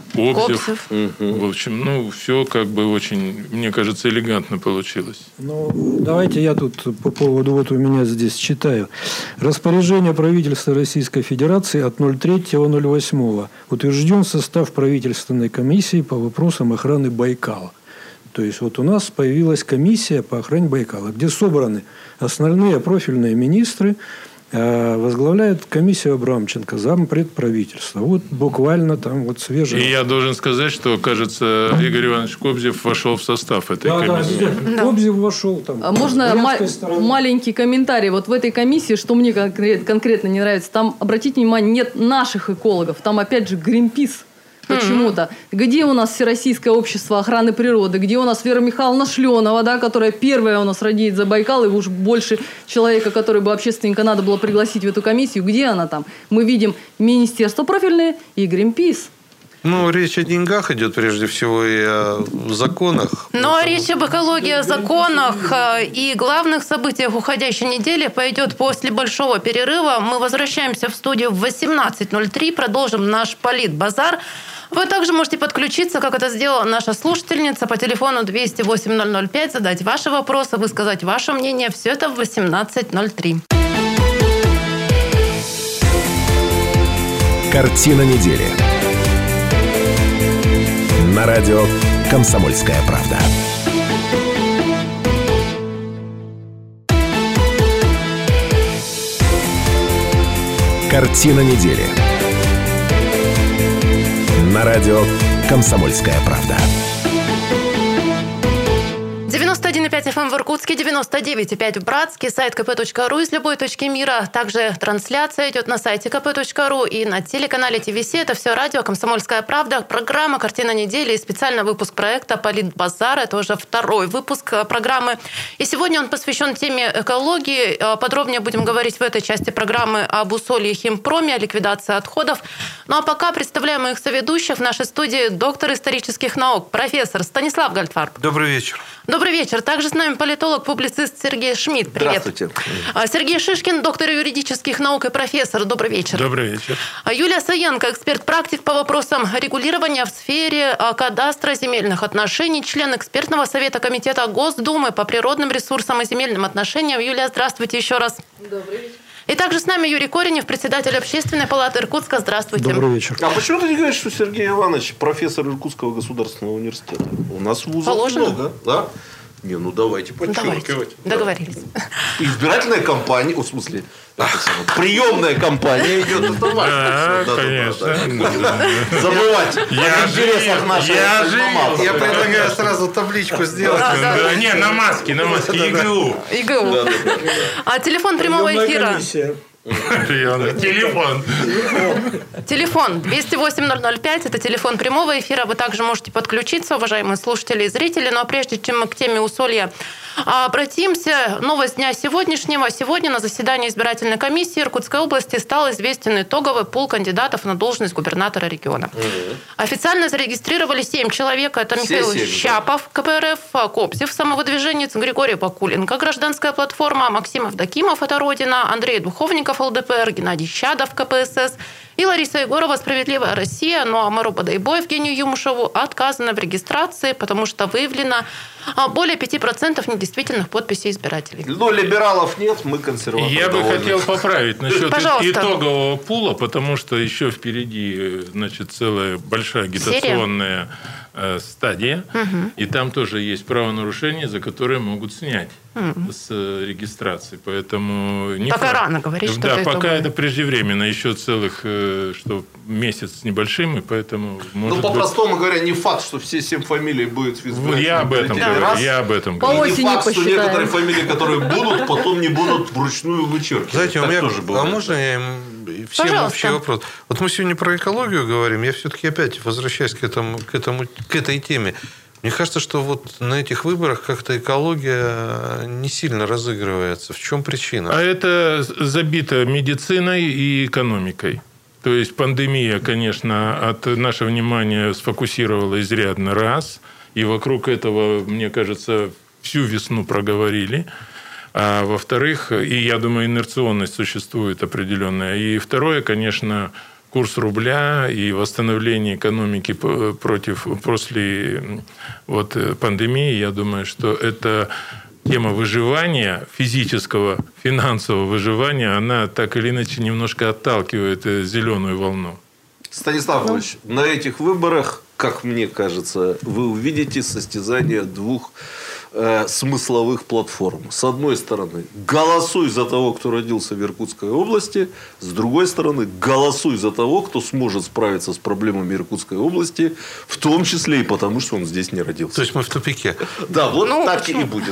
В общем, все как бы очень, мне кажется, элегантно получилось. Ну, давайте я тут по поводу, вот у меня здесь читаю. Распоряжение правительства Российской Федерации от 03.08. Утвержден состав правительственной комиссии по вопросам охраны Байкала. То есть, вот у нас появилась комиссия по охране Байкала, где собраны основные профильные министры. Возглавляет комиссию Абрамченко, зампред правительства. Вот буквально там вот свежий. И я должен сказать, что, кажется, Игорь Иванович Кобзев вошел в состав этой комиссии. Да. Кобзев вошел там. Можно маленький комментарий? Вот в этой комиссии, что мне конкретно не нравится, там, обратите внимание, нет наших экологов, там опять же Greenpeace. Почему-то. Где у нас Всероссийское общество охраны природы? Где у нас Вера Михайловна Шленова, которая первая у нас радеет за Байкал, и уж больше человека, который бы общественника надо было пригласить в эту комиссию. Где она там? Мы видим министерство профильное и Greenpeace. Ну, речь о деньгах идет прежде всего и о законах. Но речь об экологии, о законах и главных событиях уходящей недели пойдет после большого перерыва. Мы возвращаемся в студию в 18:03, продолжим наш политбазар. Вы также можете подключиться, как это сделала наша слушательница, по телефону 208-005, задать ваши вопросы, высказать ваше мнение. Все это в 18:03. Картина недели. На радио «Комсомольская правда». Картина недели. На радио «Комсомольская правда». 91,5 FM в Иркутске, 99,5 в Братске, сайт kp.ru из любой точки мира. Также трансляция идет на сайте kp.ru и на телеканале ТВС. Это все радио «Комсомольская правда». Программа «Картина недели» и специальный выпуск проекта «Политбазар». Это уже второй выпуск программы. И сегодня он посвящен теме экологии. Подробнее будем говорить в этой части программы об Усолье химпроме, о ликвидации отходов. Ну а пока представляем моих соведущих. В нашей студии доктор исторических наук, профессор Станислав Гольдфарб. Добрый вечер. Добрый вечер. Также с нами политолог, публицист Сергей Шмидт. Привет. Здравствуйте. Сергей Шишкин, доктор юридических наук и профессор. Добрый вечер. Добрый вечер. Юлия Саенко, эксперт-практик по вопросам регулирования в сфере кадастра земельных отношений, член экспертного совета Комитета Госдумы по природным ресурсам и земельным отношениям. Юлия, здравствуйте еще раз. Добрый вечер. И также с нами Юрий Коренев, председатель Общественной палаты Иркутска. Здравствуйте. Добрый вечер. А почему ты не говоришь, что Сергей Иванович профессор Иркутского государственного университета? У нас вузов много, да? Не, ну давайте подчеркивать. Давайте. Договорились. Избирательная кампания, в смысле, приемная кампания идет, это важно. Конечно. Забывать о интересах наших дипломатов. Я предлагаю сразу табличку сделать. Не, на маске, ИГУ. А телефон прямого эфира. Телефон 208-005. Это телефон прямого эфира. Вы также можете подключиться, уважаемые слушатели и зрители. Ну а прежде чем мы к теме Усолья обратимся, новость дня сегодняшнего. Сегодня на заседании избирательной комиссии Иркутской области стал известен итоговый пул кандидатов на должность губернатора региона. Официально зарегистрировали 7 человек. Это Михаил Щапов, КПРФ, Кобзев, самовыдвиженец, Григорий Бакуленко, Гражданская платформа, Максим Евдокимов, это Родина, Андрей Духовников, ЛДПР, Геннадий Щадов, КПСС и Лариса Егорова, Справедливая Россия. Ну а Мару Бадайбо, Евгению Юмушеву отказано в регистрации, потому что выявлено более 5% недействительных подписей избирателей. Но либералов нет, мы консерваторы. Я бы хотел поправить насчет итогового пула, потому что еще впереди, значит, целая большая агитационная стадия, и там тоже есть правонарушения, за которые могут снять с регистрации. Поэтому не пока рано говорить, что это пока это преждевременно, еще целых месяц с небольшим, и поэтому может по-простому говоря, не факт, что все 7 фамилий будут в избирательном Я об этом говорю. И не факт, что некоторые фамилии, которые будут, потом не будут вручную вычеркивать. Знаете, у меня тоже было. А можно я всем общий вопрос? Вот мы сегодня про экологию говорим, я все-таки опять возвращаюсь к этой теме. Мне кажется, что вот на этих выборах как-то экология не сильно разыгрывается. В чем причина? А это забито медициной и экономикой. То есть пандемия, конечно, от нашего внимания сфокусировала изрядно раз. И вокруг этого, мне кажется, всю весну проговорили. А во-вторых, и я думаю, инерционность существует определенная. И второе, конечно, курс рубля и восстановление экономики после пандемии. Я думаю, что это тема выживания, физического, финансового выживания, она так или иначе немножко отталкивает зеленую волну. Станислав Ильич, на этих выборах, как мне кажется, вы увидите состязание двух смысловых платформ. С одной стороны, голосуй за того, кто родился в Иркутской области. С другой стороны, голосуй за того, кто сможет справиться с проблемами Иркутской области, в том числе и потому, что он здесь не родился. То есть мы в тупике. Да, вот так и будет.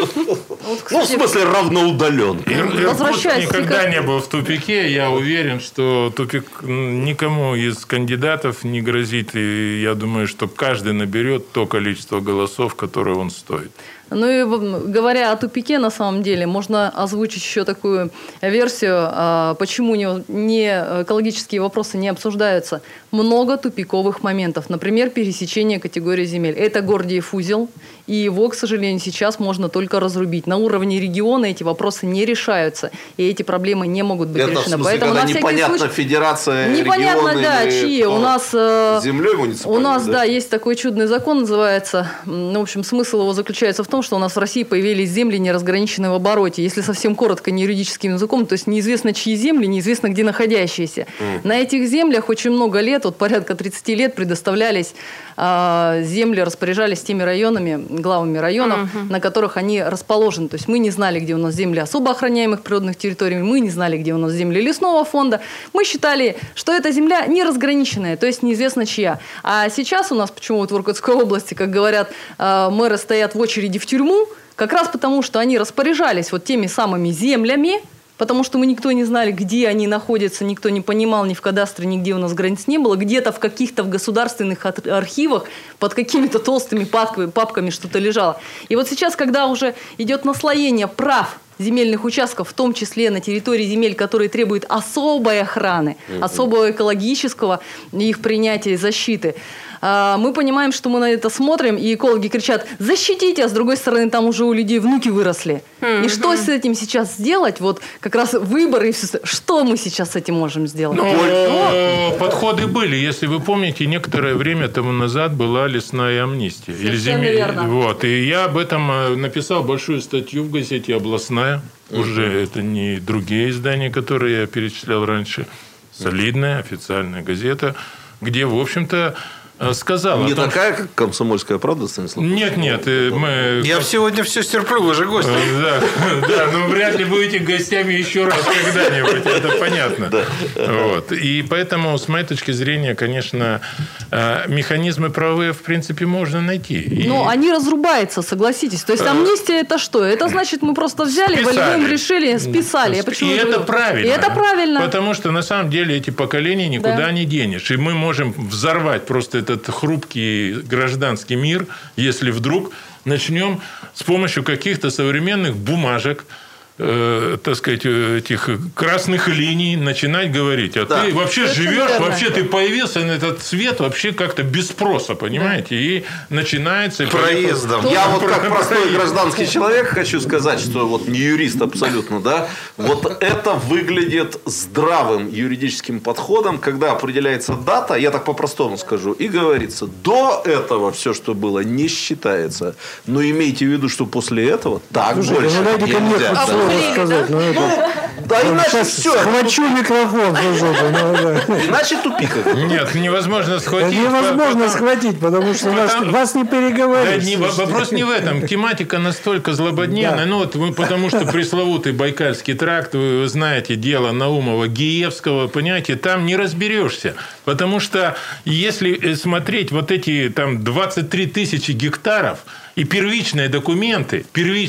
В смысле, равноудаленно. Иркутск никогда не был в тупике. Я уверен, что тупик никому из кандидатов не грозит. И я думаю, что каждый наберет то количество голосов, которое он стоит. Ну и говоря о тупике, на самом деле, можно озвучить еще такую версию, почему не экологические вопросы не обсуждаются. Много тупиковых моментов. Например, пересечение категории земель. Это Гордиев узел, и его, к сожалению, сейчас можно только разрубить. На уровне региона эти вопросы не решаются, и эти проблемы не могут быть решены. В смысле, поэтому когда непонятно, случай... федерация, непонятно, регион да, чьи. У нас землей муниципальной. У нас, да, есть такой чудный закон, называется, в общем, смысл его заключается в том, том, что у нас в России появились земли, не разграниченные в обороте. Если совсем коротко, не юридическим языком, то есть неизвестно, чьи земли, неизвестно, где находящиеся. На этих землях очень много лет, вот порядка 30 лет предоставлялись земли, распоряжались теми районами, главами районов, на которых они расположены. То есть мы не знали, где у нас земли особо охраняемых природных территорий, мы не знали, где у нас земли лесного фонда. Мы считали, что эта земля не разграниченная, то есть неизвестно чья. А сейчас у нас, почему вот в Иркутской области, как говорят, мэры стоят в очереди в тюрьму, как раз потому, что они распоряжались вот теми самыми землями, потому что мы никто не знали, где они находятся, никто не понимал, ни в кадастре, нигде у нас границ не было. Где-то в каких-то государственных архивах под какими-то толстыми папками что-то лежало. И вот сейчас, когда уже идет наслоение прав земельных участков, в том числе на территории земель, которые требуют особой охраны, особого экологического их принятия и защиты, мы понимаем, что мы на это смотрим, и экологи кричат: защитите, а с другой стороны, там уже у людей внуки выросли. И что с этим сейчас сделать? Вот как раз выборы, что мы сейчас с этим можем сделать? Подходы были. Если вы помните, некоторое время тому назад была лесная амнистия. Верно. Вот. И я об этом написал большую статью в газете «Областная». Уже это не другие издания, которые я перечислял раньше. Солидная официальная газета, где, в общем-то, сказал не о том, такая, как «Комсомольская правда», Станислав? Нет. Я сегодня все стерплю, вы же гости. Да, но вряд ли будете гостями еще раз когда-нибудь, это понятно. Вот. И поэтому, с моей точки зрения, конечно, механизмы правовые, в принципе, можно найти. Но они разрубаются, согласитесь. То есть амнистия – это что? Это значит, мы просто взяли, волевым решили, списали. И это правильно. И это правильно. Потому что, на самом деле, эти поколения никуда не денешь. И мы можем взорвать просто этот хрупкий гражданский мир, если вдруг начнем с помощью каких-то современных бумажек, так сказать, этих красных линий начинать говорить. А ты вообще живешь, вообще ты появился на этот свет вообще как-то без спроса, понимаете? И начинается... Проездом. Я вот как простой гражданский человек хочу сказать, что вот не юрист абсолютно, да, вот это выглядит здравым юридическим подходом, когда определяется дата, я так по-простому скажу, и говорится, до этого все, что было, не считается. Но имейте в виду, что после этого так больше нельзя. Сказать, да иначе все. Схвачу микрофон в жопу. Иначе тупик. Нет, невозможно схватить. Невозможно схватить, потому что вас не переговоришь. Вопрос не в этом. Тематика настолько злободневная. Ну вот потому что пресловутый Байкальский тракт, вы знаете, дело Наумова, Гиевского, понимаете, там не разберешься. Потому что если смотреть вот эти там 23 тысячи гектаров и первичные документы,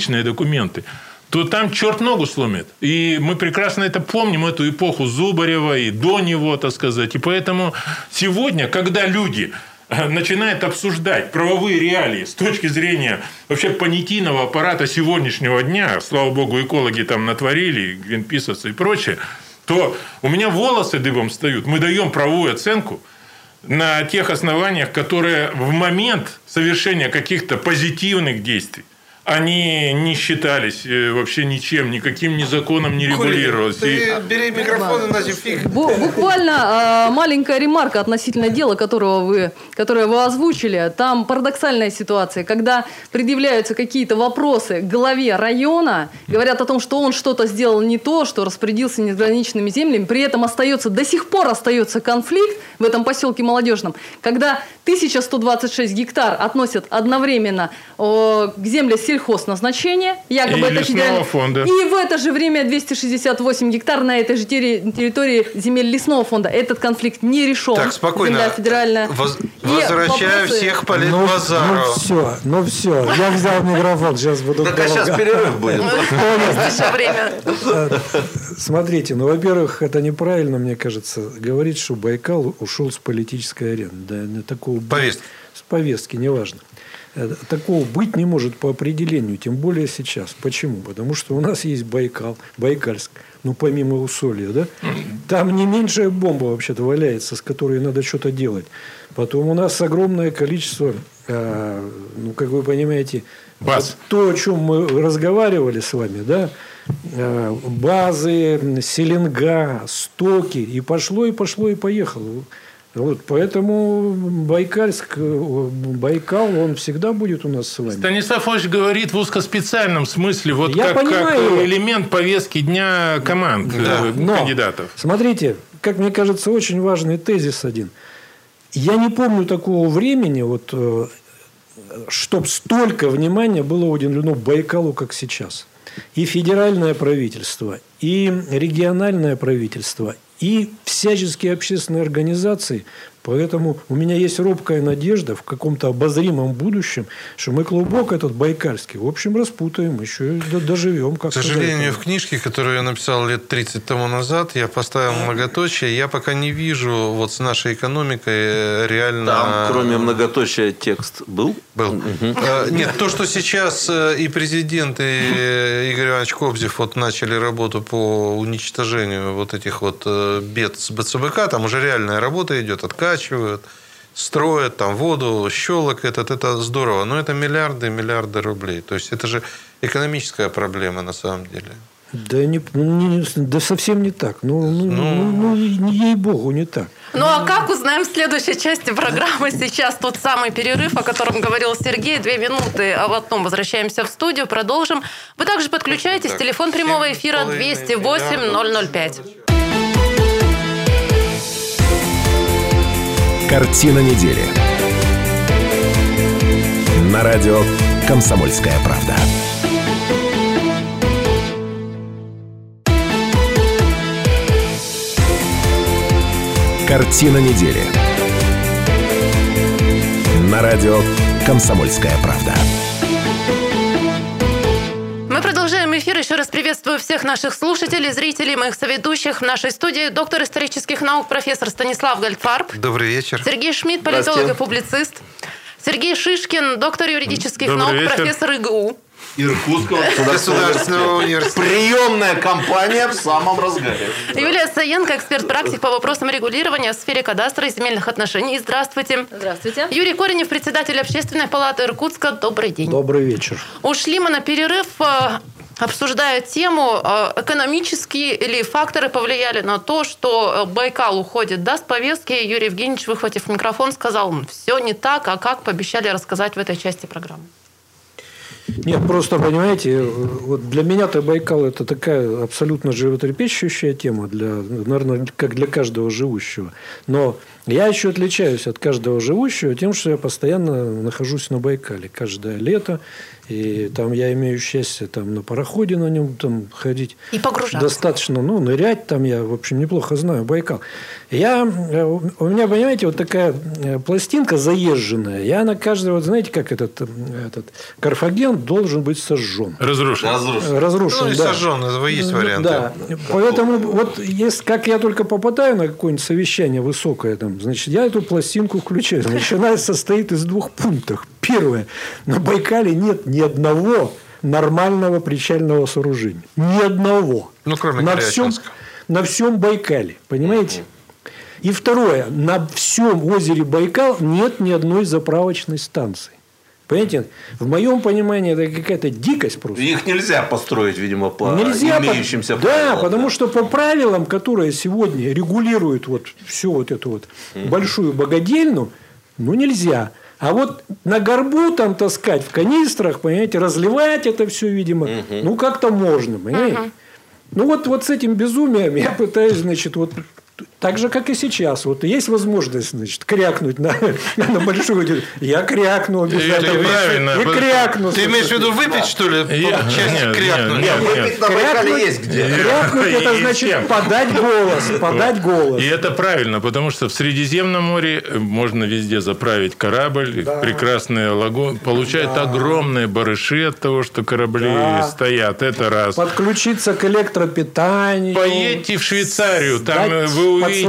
то там черт ногу сломит. И мы прекрасно это помним, эту эпоху Зубарева и до него, так сказать. И поэтому сегодня, когда люди начинают обсуждать правовые реалии с точки зрения вообще понятийного аппарата сегодняшнего дня, слава богу, экологи там натворили, гринписовцы и прочее, то у меня волосы дыбом встают. Мы даем правовую оценку на тех основаниях, которые в момент совершения каких-то позитивных действий они не считались вообще ничем, никаким ни законом не регулировалось. Ты бери микрофон, иначе фиг. Буквально маленькая ремарка относительно дела, которое вы озвучили. Там парадоксальная ситуация, когда предъявляются какие-то вопросы главе района, говорят о том, что он что-то сделал не то, что распорядился неограниченными землями, при этом до сих пор остается конфликт в этом поселке Молодежном, когда 1126 гектар относят одновременно к земле сельхозназначения, якобы это федеральное фонда. И в это же время 268 гектар на этой же территории земель лесного фонда. Этот конфликт не решен. Так, спокойно. Земля федеральная. Возвращаю всех по Базару. Ну все. Я взял микрофон, сейчас буду... Так, а сейчас перерыв будет. Смотрите, во-первых, это неправильно, мне кажется, говорить, что Байкал ушел с политической арены. Да, такого повестки. С повестки, неважно. Такого быть не может по определению, тем более сейчас. Почему? Потому что у нас есть Байкальск, помимо Усолья, да? Там не меньшая бомба вообще-то валяется, с которой надо что-то делать. Потом у нас огромное количество, как вы понимаете, то, о чем мы разговаривали с вами, да? Базы, селенга, стоки, и пошло, и поехало. Вот, поэтому Байкал, он всегда будет у нас с вами. Станислав Ильич говорит в узкоспециальном смысле, вот как элемент повестки дня команд, кандидатов. Смотрите, как мне кажется, очень важный тезис один. Я не помню такого времени, вот, чтобы столько внимания было уделено Байкалу, как сейчас. И федеральное правительство, и региональное правительство, и всяческие общественные организации. Поэтому у меня есть робкая надежда в каком-то обозримом будущем, что мы клубок этот байкальский, в общем, распутаем, еще и доживем. К сожалению, в книжке, которую я написал лет 30 тому назад, я поставил многоточие. Я пока не вижу вот с нашей экономикой реально... Там, кроме многоточия, текст был? Был. Нет, то, что сейчас и президент, и Игорь Иванович Кобзев вот начали работу по уничтожению вот этих вот бед с БЦБК, там уже реальная работа идет, откачивают, строят там воду, щелок это здорово. Но это миллиарды рублей. То есть это же экономическая проблема на самом деле. Да совсем не так. Ей-богу, не так. Ну, а как узнаем в следующей части программы? Сейчас тот самый перерыв, о котором говорил Сергей. 2 минуты, а потом возвращаемся в студию, продолжим. Вы также подключаетесь. Телефон прямого эфира 208-005. Картина недели. На радио «Комсомольская правда». Картина недели. На радио «Комсомольская правда». Мы продолжаем эфир. Еще раз приветствую всех наших слушателей, зрителей, моих соведущих. В нашей студии доктор исторических наук, профессор Станислав Гольдфарб. Добрый вечер. Сергей Шмидт, политолог и публицист. Сергей Шишкин, доктор юридических наук, профессор ИГУ. Иркутского государственного университета. Приемная кампания в самом разгаре. Юлия Саенко, эксперт-практик по вопросам регулирования в сфере кадастра и земельных отношений. Здравствуйте. Здравствуйте. Юрий Коренев, председатель Общественной палаты Иркутска. Добрый день. Добрый вечер. Ушли мы на перерыв, обсуждая тему, экономические ли факторы повлияли на то, что Байкал уходит с повестки. Юрий Евгеньевич, выхватив микрофон, сказал, все не так, а как пообещали рассказать в этой части программы. Нет, просто, понимаете, вот для меня-то Байкал – это такая абсолютно животрепещущая тема, наверное, как для каждого живущего. Но я еще отличаюсь от каждого живущего тем, что я постоянно нахожусь на Байкале каждое лето. И там я имею счастье на пароходе на нем ходить. И погружаться. Достаточно, нырять там я, в общем, неплохо знаю Байкал. У меня, понимаете, вот такая пластинка заезженная. Я на каждого, знаете, как этот Карфаген должен быть сожжен. Разрушен. И да. сожжен, это есть варианты. Да. Поэтому вот как я только попадаю на какое-нибудь совещание высокое, значит, я эту пластинку включаю. Значит, она состоит из 2 пунктов. Первое. На Байкале нет ни одного нормального причального сооружения. Ни одного. Кроме Караченского. На всем Байкале. Понимаете? И второе. На всем озере Байкал нет ни одной заправочной станции. Понимаете? В моем понимании это какая-то дикость просто. Их нельзя построить, видимо, по имеющимся правилам. Да, потому что по правилам, которые сегодня регулируют всю эту большую богадельну, нельзя. А вот на горбу таскать в канистрах, понимаете, разливать это все, видимо, как-то можно, понимаете? Вот с этим безумием я пытаюсь, значит, так же, как и сейчас. Есть возможность, значит, крякнуть на большую... Я крякну обязательно. И крякну. Ты имеешь в виду выпить, что ли? Часть крякнуть? Выпить на Байкале есть где. Крякнуть – это значит подать голос. И это правильно, потому что в Средиземном море можно везде заправить корабль. Да. Прекрасные лагуны. Получают огромные барыши от того, что корабли стоят. Это раз. Подключиться к электропитанию. Поедьте в Швейцарию. Там вы увидите,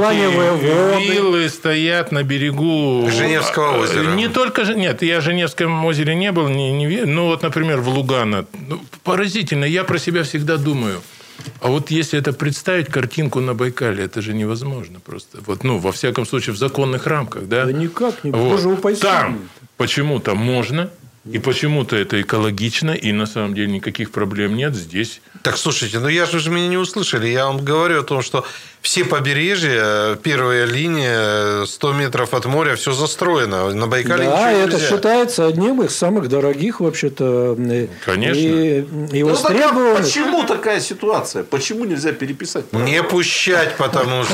виллы стоят на берегу Женевского озера. Не только... Нет, я в Женевском озере не был. Например, в Лугано. Поразительно. Я про себя всегда думаю. А вот если это представить картинку на Байкале, это же невозможно просто. Во всяком случае, в законных рамках. Да, никак не. Боже упаси. Там почему-то можно, И почему-то это экологично, и на самом деле никаких проблем нет здесь. Так, слушайте, я же меня не услышали. Я вам говорю о том, что все побережья, первая линия, 100 метров от моря, все застроено. На Байкале ничего нельзя. Да, это считается одним из самых дорогих, вообще-то. Конечно. И востребованных. Почему такая ситуация? Почему нельзя переписать? Не пущать, потому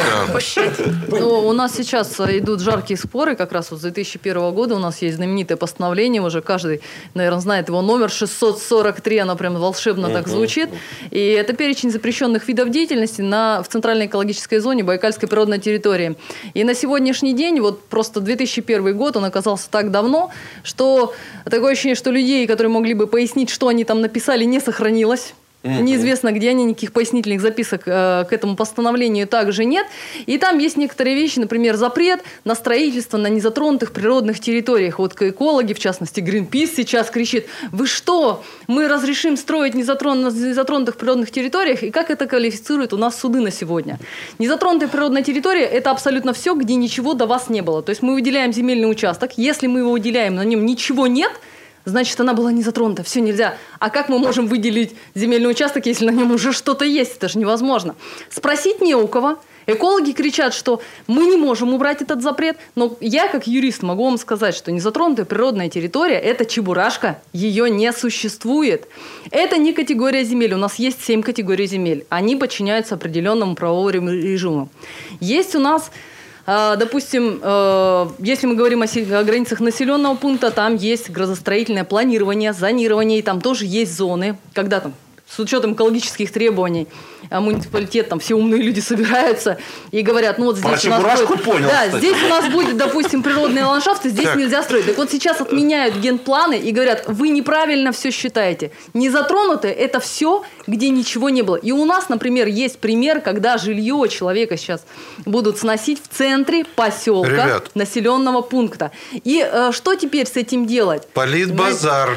что... У нас сейчас идут жаркие споры. Как раз с 2001 года у нас есть знаменитое постановление. Уже каждый, наверное, знает его номер 643. Оно прям волшебно так звучит. И это перечень запрещенных видов деятельности в центральной экологической зоне Байкальской природной территории. И на сегодняшний день, просто 2001 год, он оказался так давно, что такое ощущение, что людей, которые могли бы пояснить, что они там написали, не сохранилось. Неизвестно, где они, никаких пояснительных записок к этому постановлению также нет. И там есть некоторые вещи, например, запрет на строительство на незатронутых природных территориях. Вот экологи, в частности, Greenpeace сейчас кричит: вы что, мы разрешим строить на незатронутых природных территориях? И как это квалифицирует у нас суды на сегодня? Незатронутая природная территория – это абсолютно все, где ничего до вас не было. То есть мы выделяем земельный участок, если мы его выделяем, на нем ничего нет, значит, она была не затронута, все нельзя. А как мы можем выделить земельный участок, если на нем уже что-то есть? Это же невозможно. Спросить не у кого. Экологи кричат, что мы не можем убрать этот запрет, но я, как юрист, могу вам сказать, что незатронутая природная территория – это чебурашка, ее не существует. Это не категория земель, у нас есть 7 категорий земель, они подчиняются определенному правовому режиму. Есть у нас... Допустим, если мы говорим о границах населенного пункта, там есть градостроительное планирование, зонирование, и там тоже есть зоны, когда там с учетом экологических требований муниципалитет, там все умные люди собираются и говорят, ну вот здесь у нас будет, понял, здесь у нас будет, допустим, природные ландшафты, здесь нельзя строить. Так вот сейчас отменяют генпланы и говорят, вы неправильно все считаете. Не затронутое – это все, где ничего не было. И у нас, например, есть пример, когда жилье человека сейчас будут сносить в центре поселка, населенного пункта. И что теперь с этим делать? Политбазар.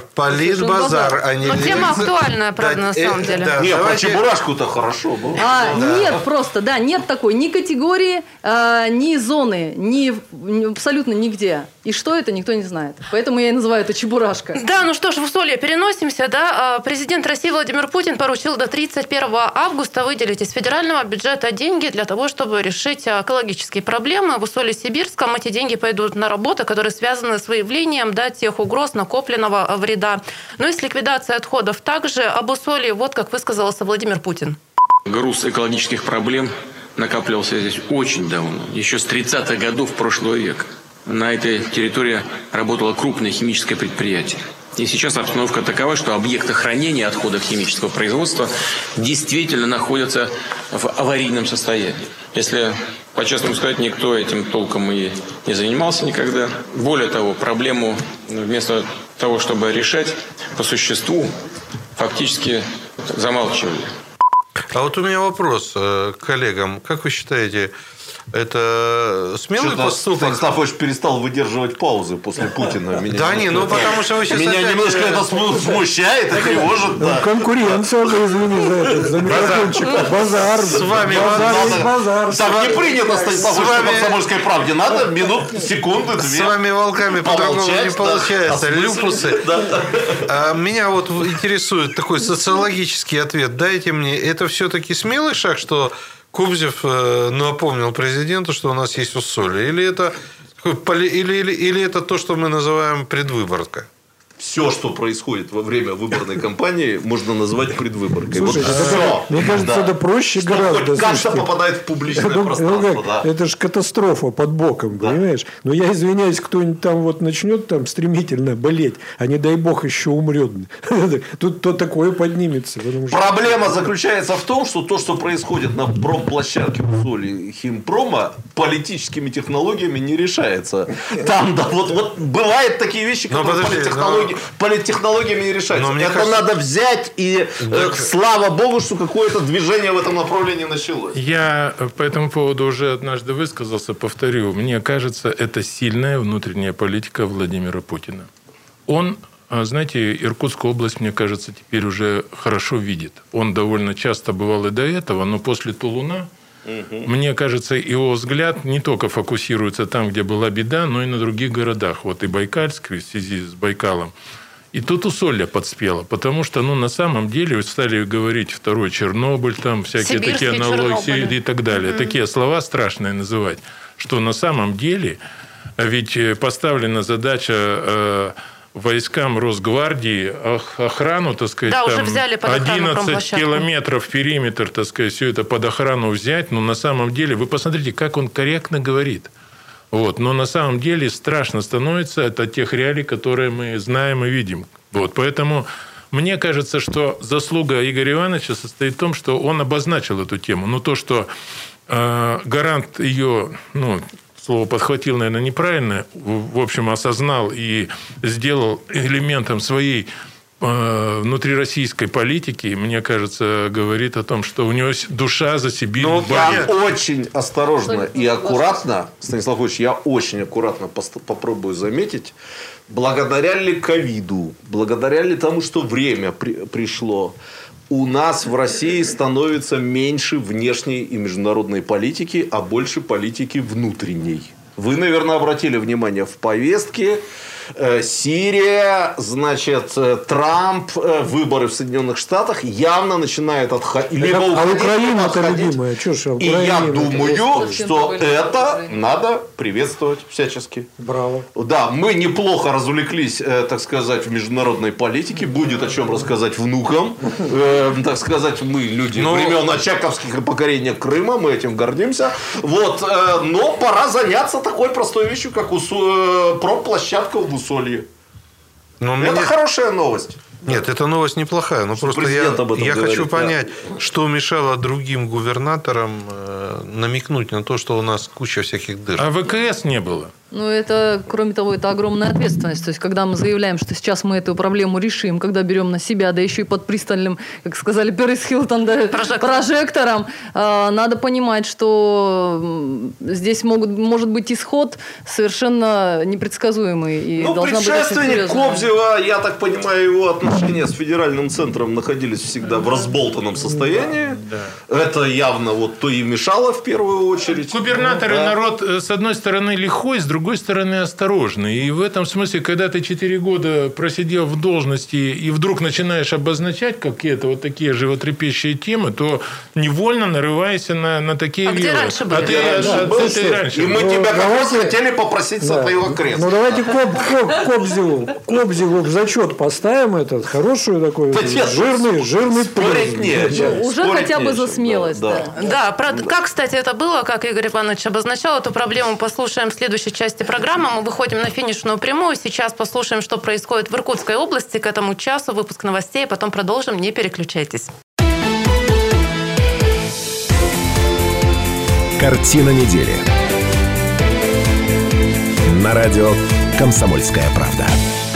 Но тема актуальная, правда, на самом деле. Нет, про чебурашку-то хорошо. Нет, просто, нет такой ни категории, ни зоны, абсолютно нигде. И что это, никто не знает. Поэтому я и называю это чебурашка. Да, ну что ж, в Усолье переносимся. Президент России Владимир Путин поручил до 31 августа выделить из федерального бюджета деньги для того, чтобы решить экологические проблемы. В Усолье-Сибирском эти деньги пойдут на работы, которые связаны с выявлением тех угроз накопленного вреда. Ну и с ликвидацией отходов. Также об Усолье, вот как высказался Владимир Путин. Груз экологических проблем накапливался здесь очень давно, еще с 30-х годов прошлого века. На этой территории работало крупное химическое предприятие. И сейчас обстановка такова, что объекты хранения отходов химического производства действительно находятся в аварийном состоянии. Если, по-честному сказать, никто этим толком и не занимался никогда. Более того, проблему вместо того, чтобы решать по существу, фактически замалчивали. А вот у меня вопрос к коллегам. Как вы считаете, это смелый поступок? Станислав Ильич перестал выдерживать паузы после Путина. Потому что вы сейчас... Меня немножко это смущает и тревожит. Конкуренция, извини за это. За микрофончик. Базар. С вами базар. Так не принято, Станислав Ильич, в «Комсомольской правде». Надо секунды, 2. С вами волками по-другому не получается. Люпусы. Меня вот интересует такой социологический ответ. Дайте мне. Это все-таки смелый шаг, что Кубзев напомнил президенту, что у нас есть Усолье? Или это то, что мы называем предвыборка? Все, что происходит во время выборной кампании, можно назвать предвыборкой. Слушайте, мне кажется, это проще гораздо. Каждый попадает в публичное пространство. Это же катастрофа под боком, понимаешь? Но я извиняюсь, кто-нибудь там начнет стремительно болеть, а не дай бог еще умрет. Тут то такое поднимется. Проблема заключается в том, что то, что происходит на промплощадке в Усолье Химпрома, политическими технологиями не решается. Там, вот бывают такие вещи, которые политтехнологиями не решаются. Это надо взять и слава богу, что какое-то движение в этом направлении началось. Я по этому поводу уже однажды высказался, повторю. Мне кажется, это сильная внутренняя политика Владимира Путина. Он, знаете, Иркутскую область, мне кажется, теперь уже хорошо видит. Он довольно часто бывал и до этого, но после Тулуна, мне кажется, его взгляд не только фокусируется там, где была беда, но и на других городах. Вот и Байкальск в связи с Байкалом. И тут усолье подспело, потому что, на самом деле, стали говорить второй Чернобыль, там всякие Сибирский такие аналогии Чернобыль. и так далее. Такие слова страшные называть, что на самом деле ведь поставлена задача войскам Росгвардии охрану, так сказать, да, там уже взяли под охрану 11 километров периметр, так сказать, все это под охрану взять. Но на самом деле, вы посмотрите, как он корректно говорит. Но на самом деле страшно становится от тех реалий, которые мы знаем и видим. Поэтому мне кажется, что заслуга Игоря Ивановича состоит в том, что он обозначил эту тему. Но то, что гарант ее, слово подхватил, наверное, неправильно, в общем, осознал и сделал элементом своей внутрироссийской политики, мне кажется, говорит о том, что у него душа за Сибирь. Я очень осторожно и аккуратно, Станислав Ильич, я очень аккуратно попробую заметить, благодаря ли ковиду, благодаря ли тому, что время пришло, у нас в России становится меньше внешней и международной политики, а больше политики внутренней. Вы, наверное, обратили внимание в повестке. Сирия, Трамп, выборы в Соединенных Штатах явно начинают отходить. А Украина-то любимая. И я думаю, что это надо приветствовать всячески. Браво. Да, мы неплохо развлеклись, так сказать, в международной политике. Будет о чем рассказать внукам. Так сказать, мы люди времен очаковских и покорения Крыма. Мы этим гордимся. Но пора заняться такой простой вещью, как промплощадка в Усолье. Это хорошая новость. Нет, эта новость неплохая. Но просто я хочу понять, что мешало другим губернаторам намекнуть на то, что у нас куча всяких дыр. А ВКС не было. Это, кроме того, это огромная ответственность. То есть, когда мы заявляем, что сейчас мы эту проблему решим, когда берем на себя, да еще и под пристальным, как сказали, Пэрис Хилтон, прожектором, надо понимать, что здесь может быть исход совершенно непредсказуемый. И предшественник Кобзева, я так понимаю, его отношения с федеральным центром находились всегда в разболтанном состоянии. Да. Это явно то и мешало в первую очередь. Губернаторы народ, с одной стороны, лихой, с другой стороны, осторожный. И в этом смысле, когда ты 4 года просидел в должности и вдруг начинаешь обозначать какие-то такие животрепещущие темы, то невольно нарываешься на такие вилы. Где раньше были? И мы тебя как раз хотели попросить с твоего кресла. Давайте Кобзеву в зачет поставим этот хороший такой жирный приз. Уже хотя бы за смелость. Да, как, кстати, это было, как Игорь Иванович обозначал эту проблему, послушаем в следующей части программы. Мы выходим на финишную прямую. Сейчас послушаем, что происходит в Иркутской области. К этому часу выпуск новостей, потом продолжим. Не переключайтесь. Картина недели. На радио «Комсомольская правда».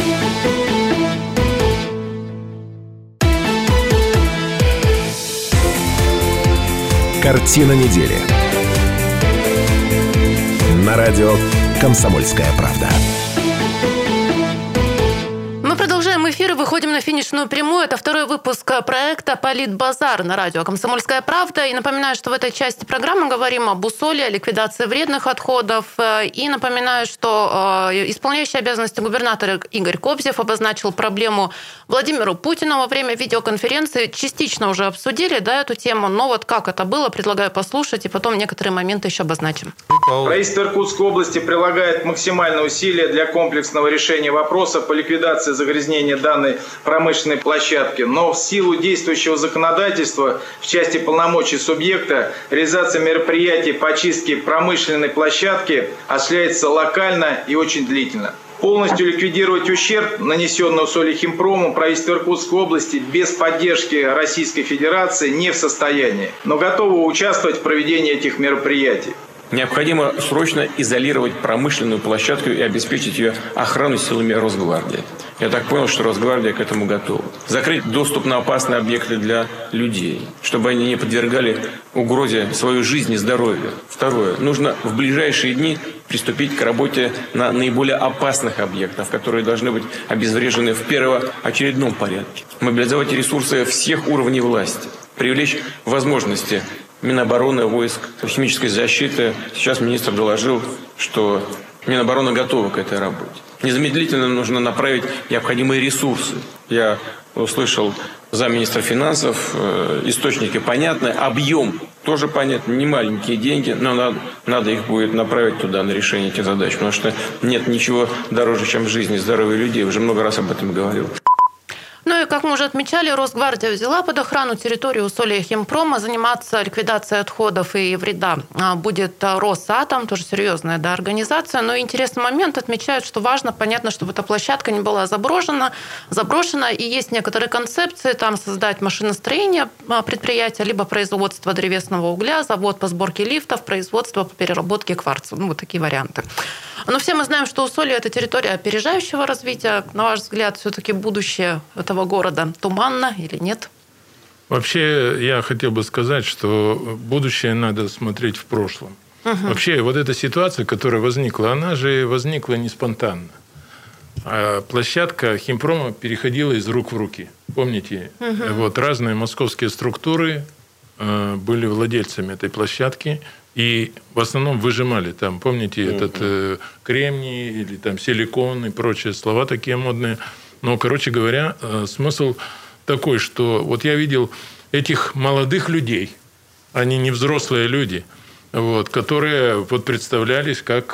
Картина недели. На радио «Комсомольская правда». Мы продолжаем эфир и выходим на финишную прямую. Это второй выпуск проекта «Политбазар» на радио «Комсомольская правда». И напоминаю, что в этой части программы говорим об усолье, о ликвидации вредных отходов. И напоминаю, что исполняющий обязанности губернатора Игорь Кобзев обозначил проблему Владимиру Путину во время видеоконференции. Частично уже обсудили эту тему, но как это было, предлагаю послушать, и потом некоторые моменты еще обозначим. Правительство Иркутской области прилагает максимальные усилия для комплексного решения вопроса по ликвидации загрязнения данной промышленной площадки. Но в силу действующего законодательства в части полномочий субъекта реализация мероприятий по очистке промышленной площадки осуществляется локально и очень длительно. Полностью ликвидировать ущерб, нанесенный Усольехимпромом, правительство Иркутской области без поддержки Российской Федерации не в состоянии, но готово участвовать в проведении этих мероприятий. Необходимо срочно изолировать промышленную площадку и обеспечить ее охрану силами Росгвардии. Я так понял, что Росгвардия к этому готова. Закрыть доступ на опасные объекты для людей, чтобы они не подвергали угрозе свою жизнь и здоровье. Второе. Нужно в ближайшие дни приступить к работе на наиболее опасных объектах, которые должны быть обезврежены в первоочередном порядке. Мобилизовать ресурсы всех уровней власти. Привлечь возможности Минобороны, войск, химической защиты. Сейчас министр доложил, что Минобороны готова к этой работе. Незамедлительно нужно направить необходимые ресурсы. Я услышал замминистра финансов, источники понятны, объем тоже понятно, не маленькие деньги, но надо их будет направить туда на решение этих задач, потому что нет ничего дороже, чем жизнь и здоровье людей. Уже много раз об этом говорил. Ну и, как мы уже отмечали, Росгвардия взяла под охрану территорию Усолья химпрома. Заниматься ликвидацией отходов и вреда будет Росатом, тоже серьезная организация. Но интересный момент, отмечают, что важно, понятно, чтобы эта площадка не была заброшена. И есть некоторые концепции, там создать машиностроение предприятия, либо производство древесного угля, завод по сборке лифтов, производство по переработке кварца. Ну, вот такие варианты. Но все мы знаем, что Усолье – это территория опережающего развития. На ваш взгляд, все-таки будущее этого города туманно или нет? Вообще, я хотел бы сказать, что будущее надо смотреть в прошлом. Вообще, вот эта ситуация, которая возникла, она же возникла не спонтанно. А площадка химпрома переходила из рук в руки. Помните, вот разные московские структуры были владельцами этой площадки. И в основном выжимали там, помните, этот кремний или там силикон и прочие слова такие модные. Но, короче говоря, смысл такой, что вот я видел этих молодых людей, они не взрослые люди, вот, которые вот представлялись как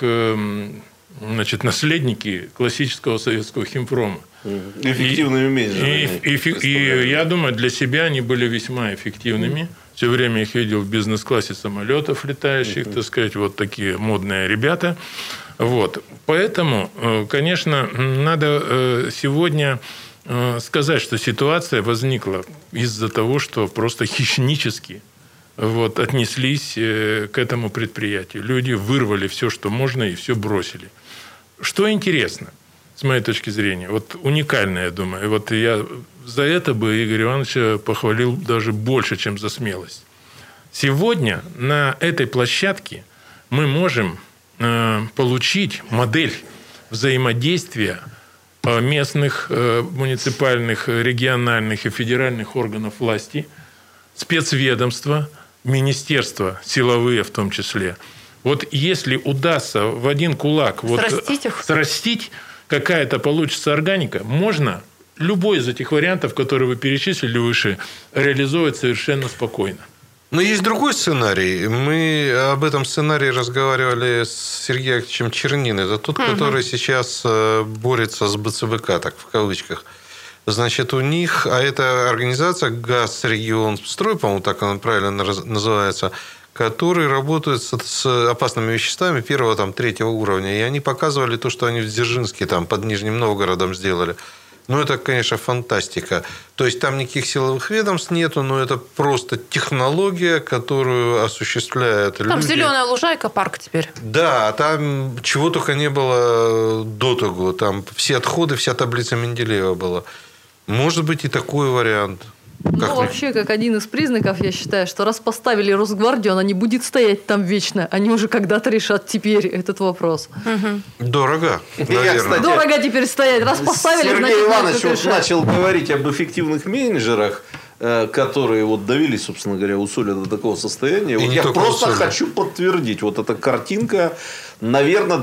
наследники классического советского химпрома. Эффективными менеджерами. И я думаю, для себя они были весьма эффективными. Все время их видел в бизнес-классе самолетов летающих, так сказать, вот такие модные ребята. Вот. Поэтому, конечно, надо сегодня сказать, что ситуация возникла из-за того, что просто хищнически вот, отнеслись к этому предприятию. Люди вырвали все, что можно, и все бросили. Что интересно, с моей точки зрения, вот уникально, я думаю, вот я за это бы Игоря Ивановича похвалил даже больше, чем за смелость. Сегодня на этой площадке мы можем получить модель взаимодействия местных, муниципальных, региональных и федеральных органов власти, спецведомства, министерства, силовые в том числе. Вот если удастся в один кулак срастить, какая-то получится органика, можно любой из этих вариантов, которые вы перечислили выше, реализовать совершенно спокойно. Но есть другой сценарий. Мы об этом сценарии разговаривали с Сергеем Яковлевичем Черниным. Это тот, который сейчас борется с БЦБК, так в кавычках. Значит, у них, а это организация «Газрегионстрой», по-моему, так она правильно называется, которые работают с опасными веществами 1-3 уровня. И они показывали то, что они в Дзержинске, там, под Нижним Новгородом сделали. Ну, это, конечно, фантастика. То есть, там никаких силовых ведомств нету, но это просто технология, которую осуществляют люди. Там зеленая лужайка, парк теперь. Да, там чего только не было до того. Там все отходы, вся таблица Менделеева была. Может быть, и такой вариант. Вообще, как один из признаков, я считаю, что раз поставили Росгвардию, она не будет стоять там вечно. Они уже когда-то решат теперь этот вопрос. Дорого, наверное. Дорого теперь стоять. Раз поставили, Сергей Иванович вот начал говорить об эффективных менеджерах, которые вот довели, собственно говоря, Усолье до такого состояния. Вот я просто хочу подтвердить. Вот эта картинка, наверное,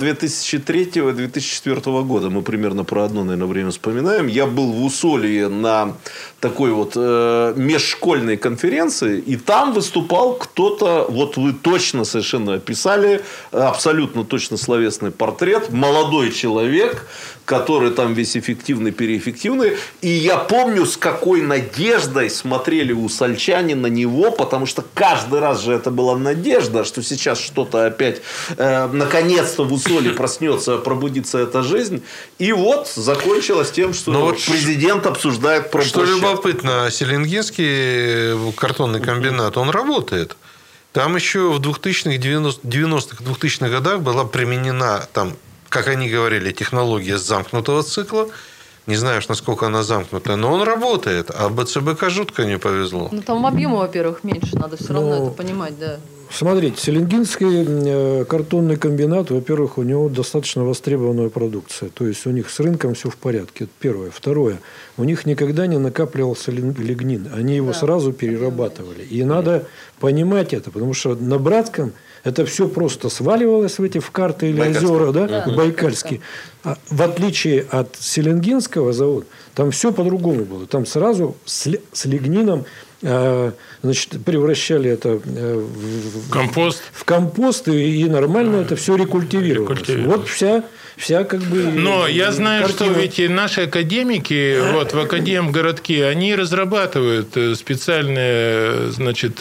2003-2004 года. Мы примерно про одно, наверное, время вспоминаем. Я был в Усолье на такой вот межшкольной конференции. И там выступал кто-то, вот вы точно совершенно описали, абсолютно точно словесный портрет. Молодой человек, который там весь эффективный, переэффективный. И я помню, с какой надеждой смотрели усольчане на него, потому что каждый раз же это была надежда, что сейчас что-то опять наконец-то в Усолье проснется, пробудится эта жизнь. И вот закончилось тем, что президент обсуждает про что любопытно, Селенгинский картонный комбинат, он работает. Там еще в 90-х, 2000-х годах была применена, там, как они говорили, технология замкнутого цикла. Не знаю, насколько она замкнутая, но он работает. А БЦБК жутко не повезло. Ну, там объема, во-первых, меньше. Надо все равно это понимать, да. смотрите, Селенгинский картонный комбинат, во-первых, у него достаточно востребованная продукция. То есть, у них с рынком все в порядке. Это первое. Второе. У них никогда не накапливался лигнин. Они его сразу перерабатывали. И надо понимать это, потому что на Братском это все просто сваливалось в карты или озера, Байкальские. А в отличие от Селенгинского завода, там все по-другому было. Там сразу с лигнином превращали это в компост и нормально это все рекультивировалось. Вот вся как бы... Но я знаю, картина. Что ведь и наши академики в Академгородке, они разрабатывают специальные,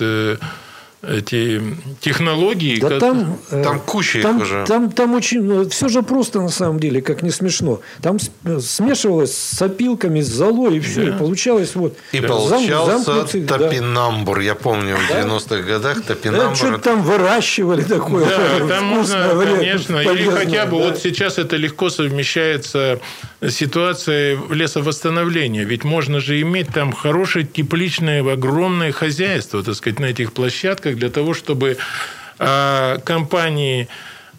эти технологии. Да там куча их уже. Там очень... Все же просто, на самом деле, как не смешно. Там смешивалось с опилками, с золой, и все. И получалось И получался топинамбур. Я помню, в 90-х годах топинамбур... Что-то там выращивали такое. Да, там можно, конечно. Или хотя бы сейчас это легко совмещается с ситуацией лесовосстановления. Ведь можно же иметь там хорошее тепличное, огромное хозяйство, на этих площадках, для того, чтобы компании,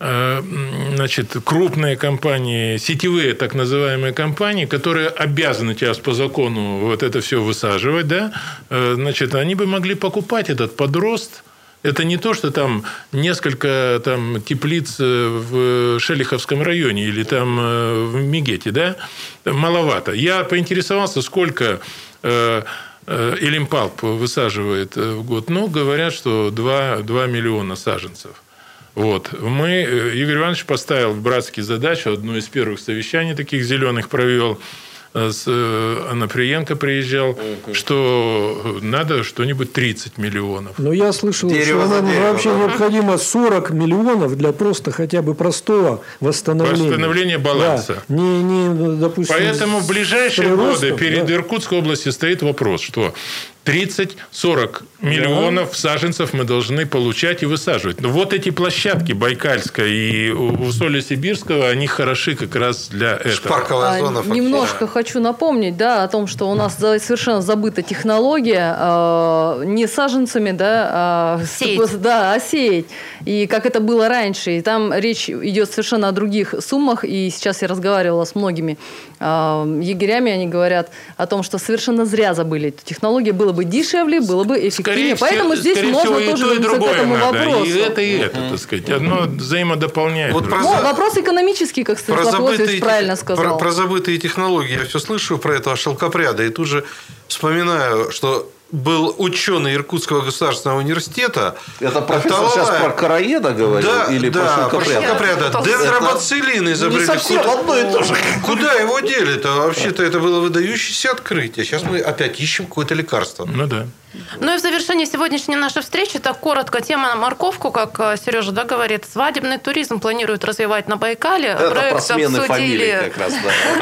крупные компании, сетевые так называемые компании, которые обязаны сейчас по закону это все высаживать, они бы могли покупать этот подрост. Это не то, что там несколько теплиц в Шелиховском районе или там в Мегете, маловато. Я поинтересовался, сколько Элимпалп высаживает в год. Говорят, что 2 миллиона саженцев. Игорь Иванович поставил в Братске задачу, одно из первых совещаний таких зеленых провел, Анаприенко приезжал, что надо что-нибудь 30 миллионов. Но я слышал, что нам вообще необходимо 40 миллионов для просто хотя бы простого восстановления. Восстановления баланса. Допустим, поэтому в ближайшие годы перед Иркутской областью стоит вопрос, что 30-40 миллионов саженцев мы должны получать и высаживать. Но эти площадки Байкальская и Усолья-Сибирского, они хороши как раз для этого. Парковая зона. Немножко хочу напомнить о том, что у нас совершенно забыта технология не саженцами, сеять. И как это было раньше. И там речь идет совершенно о других суммах. И сейчас я разговаривала с многими егерями, они говорят о том, что совершенно зря забыли эту технологию. Было бы дешевле, было бы эффективнее. Поэтому здесь можно тоже вернуться к этому вопросу. И это, одно взаимодополняет. Вопрос экономический, как Станислав Лосевич правильно сказал. Про забытые технологии. Я все слышу про этого шелкопряда. И тут же вспоминаю, что был ученый Иркутского государственного университета. Это профессор сейчас про короеда говорил? Или про шелкопряда? Дендробациллин изобрели. Не совсем одно и то же. Куда его дели-то? Вообще-то это было выдающееся открытие. Сейчас мы опять ищем какое-то лекарство. Ну и в завершении сегодняшней нашей встречи, так коротко, тема на морковку, как Сережа говорит. Свадебный туризм планируют развивать на Байкале. Это проект про смены фамилии как раз,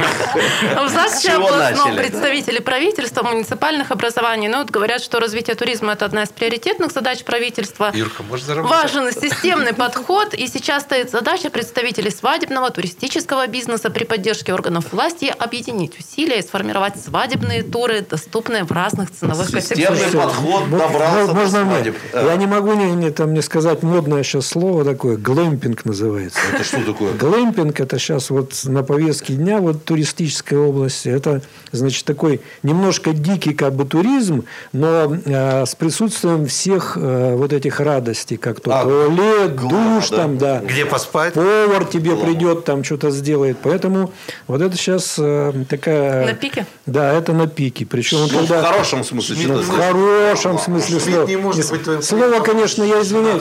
в ЗАГСе областном представители правительства, муниципальных образований. Говорят, что развитие туризма – это одна из приоритетных задач правительства. Юрка, может заработать? Важен системный подход. И сейчас стоит задача представителей свадебного, туристического бизнеса при поддержке органов власти объединить усилия и сформировать свадебные туры, доступные в разных ценовых категориях. Подход добрался до свадеб. Я не могу не сказать модное сейчас слово такое. Глэмпинг называется. Это что такое? Глэмпинг – это сейчас на повестке дня туристической области. Это, такой немножко дикий туризм, но с присутствием всех этих радостей, как туалет, душ, где поспать. Повар тебе придет, что-то сделает. Поэтому это сейчас такая... На пике? Да, это на пике. Причем, в хорошем смысле. В хорошем смысле слова. Слово, конечно, я извиняюсь.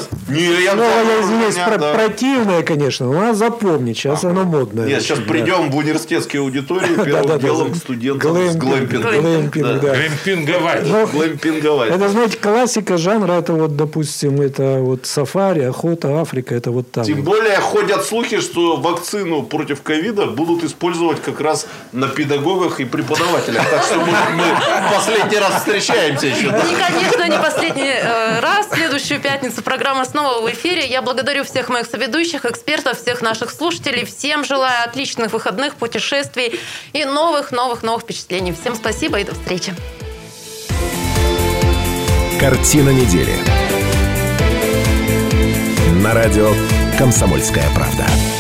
Противное, конечно. Но надо запомнить. Сейчас оно модное. Нет, сейчас придем в университетские аудитории первым делом к студентам с глэмпингом. Глэмпинговать. Это, знаете, классика жанра. Это допустим, это сафари, охота, Африка. Это там. Тем более ходят слухи, что вакцину против ковида будут использовать как раз на педагогах и преподавателях. Так что мы последний раз встречаемся еще. И, конечно, не последний раз. В следующую пятницу программа снова в эфире. Я благодарю всех моих соведущих, экспертов, всех наших слушателей. Всем желаю отличных выходных, путешествий и новых впечатлений. Всем спасибо и до встречи. Картина недели. На радио «Комсомольская правда».